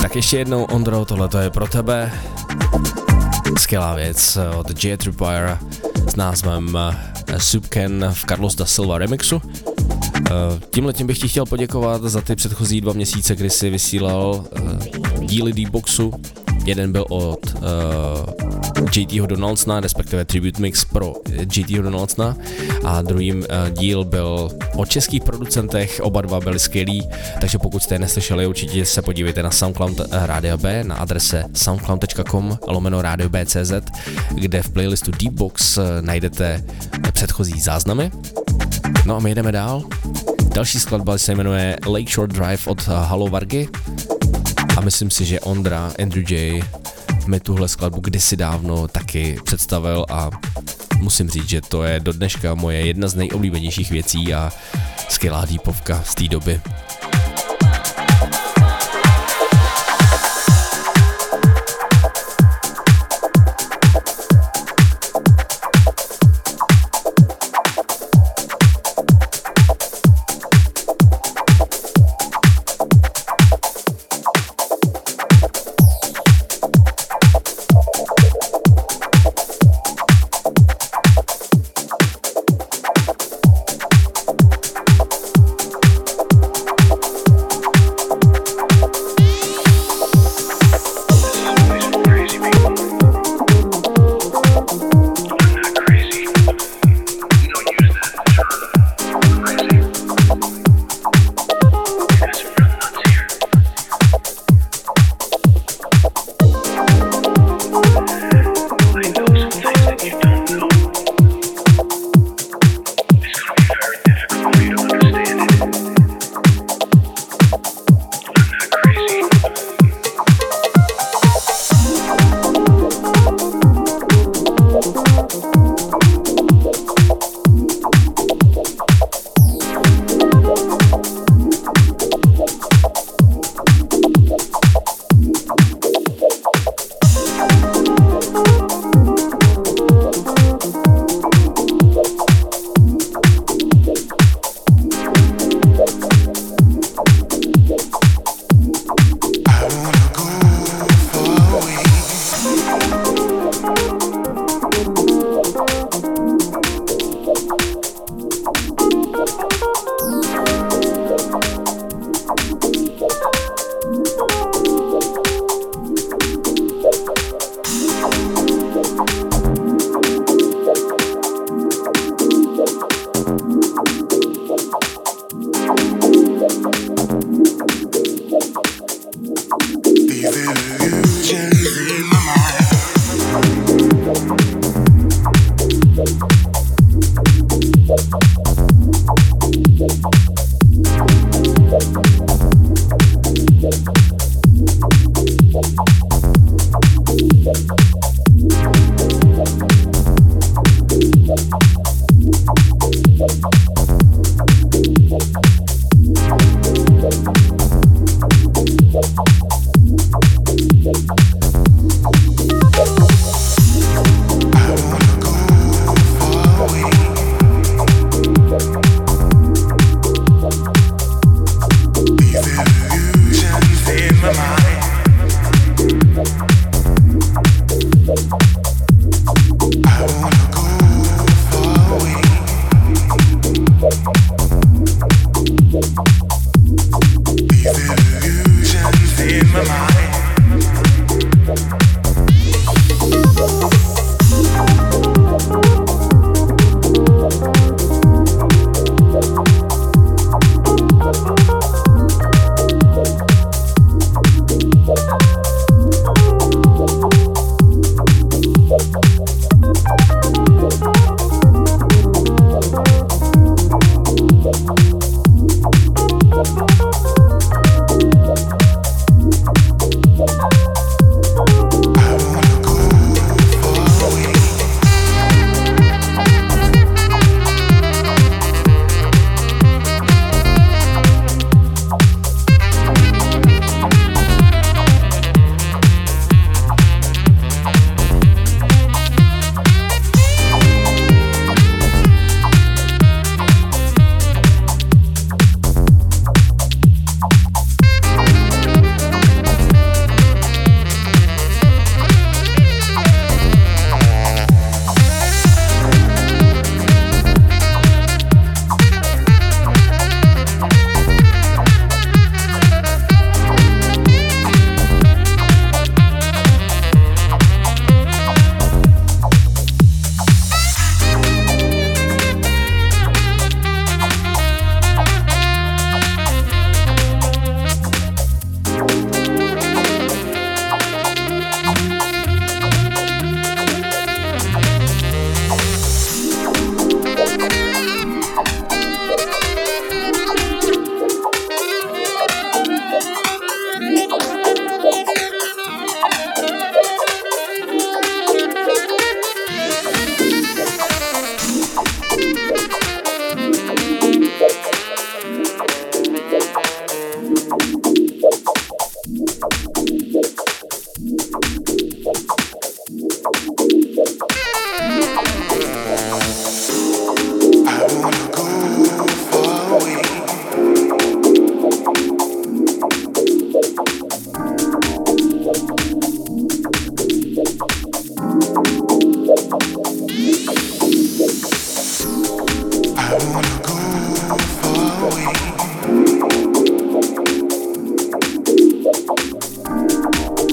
Tak ještě jednou, Ondro, tohle je pro tebe. Skvělá věc od J. Tripwire s názvem Subken v Carlos da Silva remixu. Tímhletím bych ti chtěl poděkovat za ty předchozí dva měsíce, kdy jsi vysílal díly D-Boxu. Jeden byl od uh, J T Donaldsona, respektive Tribute Mix pro J T Donaldsona, a druhým uh, díl byl o českých producentech, oba dva byli skvělí, takže pokud jste je neslyšeli, určitě se podívejte na SoundCloud Rádia B na adrese soundcloud tečka com lomeno radio b tečka cz, kde v playlistu D-Box uh, najdete předchozí záznamy. No a my jdeme dál. Další skladba se jmenuje Lakeshore Drive od uh, Halo Vargy. A myslím si, že Ondra, Andrew J. mi tuhle skladbu kdysi dávno taky představil a musím říct, že to je do dneška moje jedna z nejoblíbenějších věcí a skvělá deepovka z té doby.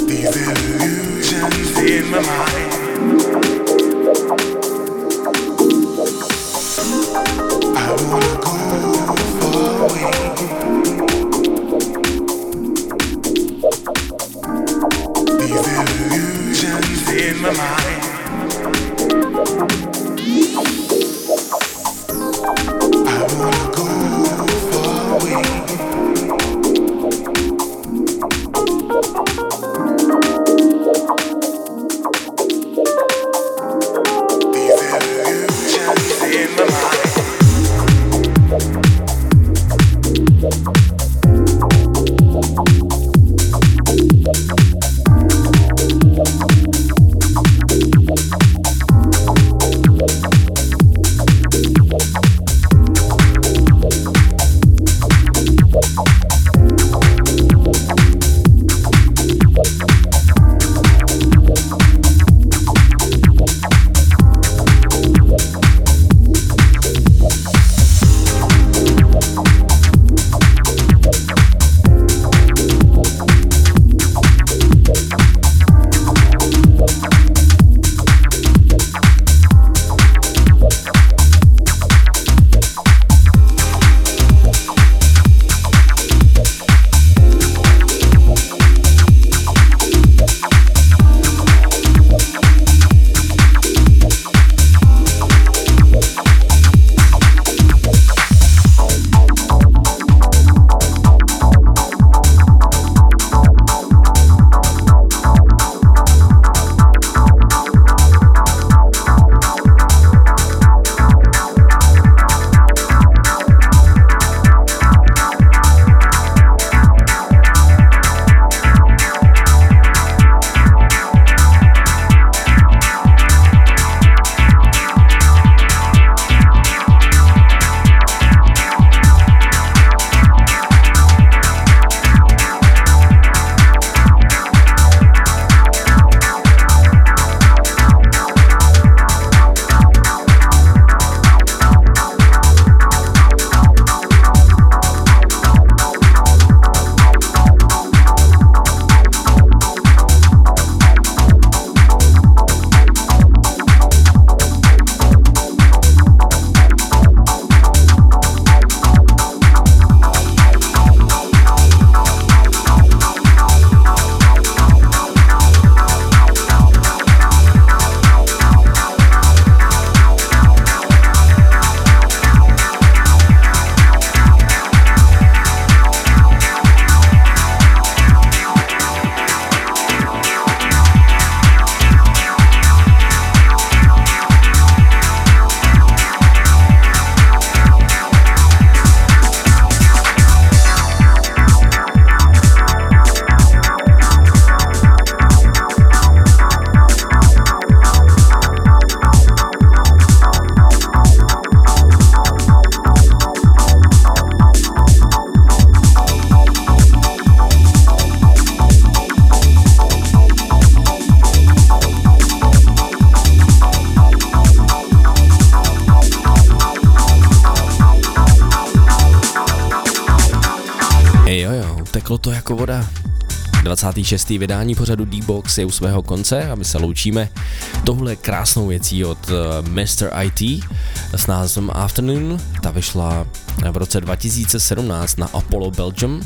teklo to jako voda. dvacáté šesté vydání pořadu D-Box je u svého konce a my se loučíme touhle krásnou věcí od mister I T s názvem Afternoon. Ta vyšla v roce dva tisíce sedmnáct na Apollo Belgium.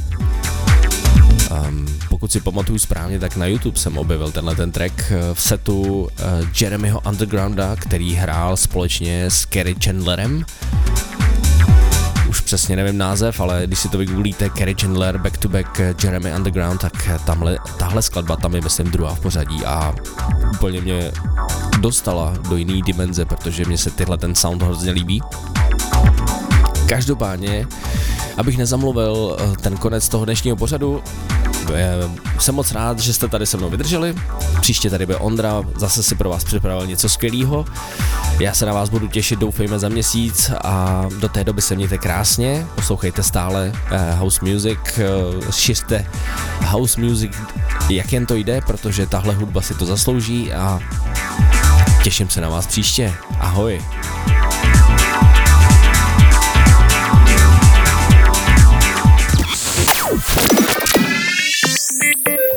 Um, pokud si pamatuju správně, tak na YouTube jsem objevil tenhle ten track v setu uh, Jeremyho Undergrounda, který hrál společně s Kerry Chandlerem. Už přesně nevím název, ale když si to vygooglíte Kerry Chandler back to back Jeremy Underground, tak tamhle, tahle skladba tam je myslím druhá v pořadí a úplně mě dostala do jiný dimenze, protože mě se tyhle ten sound hrozně líbí. Každopádně, abych nezamluvil ten konec toho dnešního pořadu, jsem moc rád, že jste tady se mnou vydrželi. Příště tady bude Ondra, zase si pro vás připravil něco skvělého. Já se na vás budu těšit, doufejme za měsíc a do té doby se mějte krásně. Poslouchejte stále uh, house music, uh, šiřte house music, jak jen to jde, protože tahle hudba si to zaslouží a těším se na vás příště. Ahoj.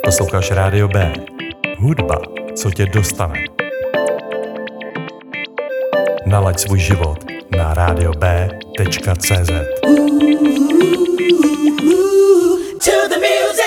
Posloucháš Rádio B. Hudba, co tě dostane. Nalaď svůj život na radio b tečka cé zet. To the music.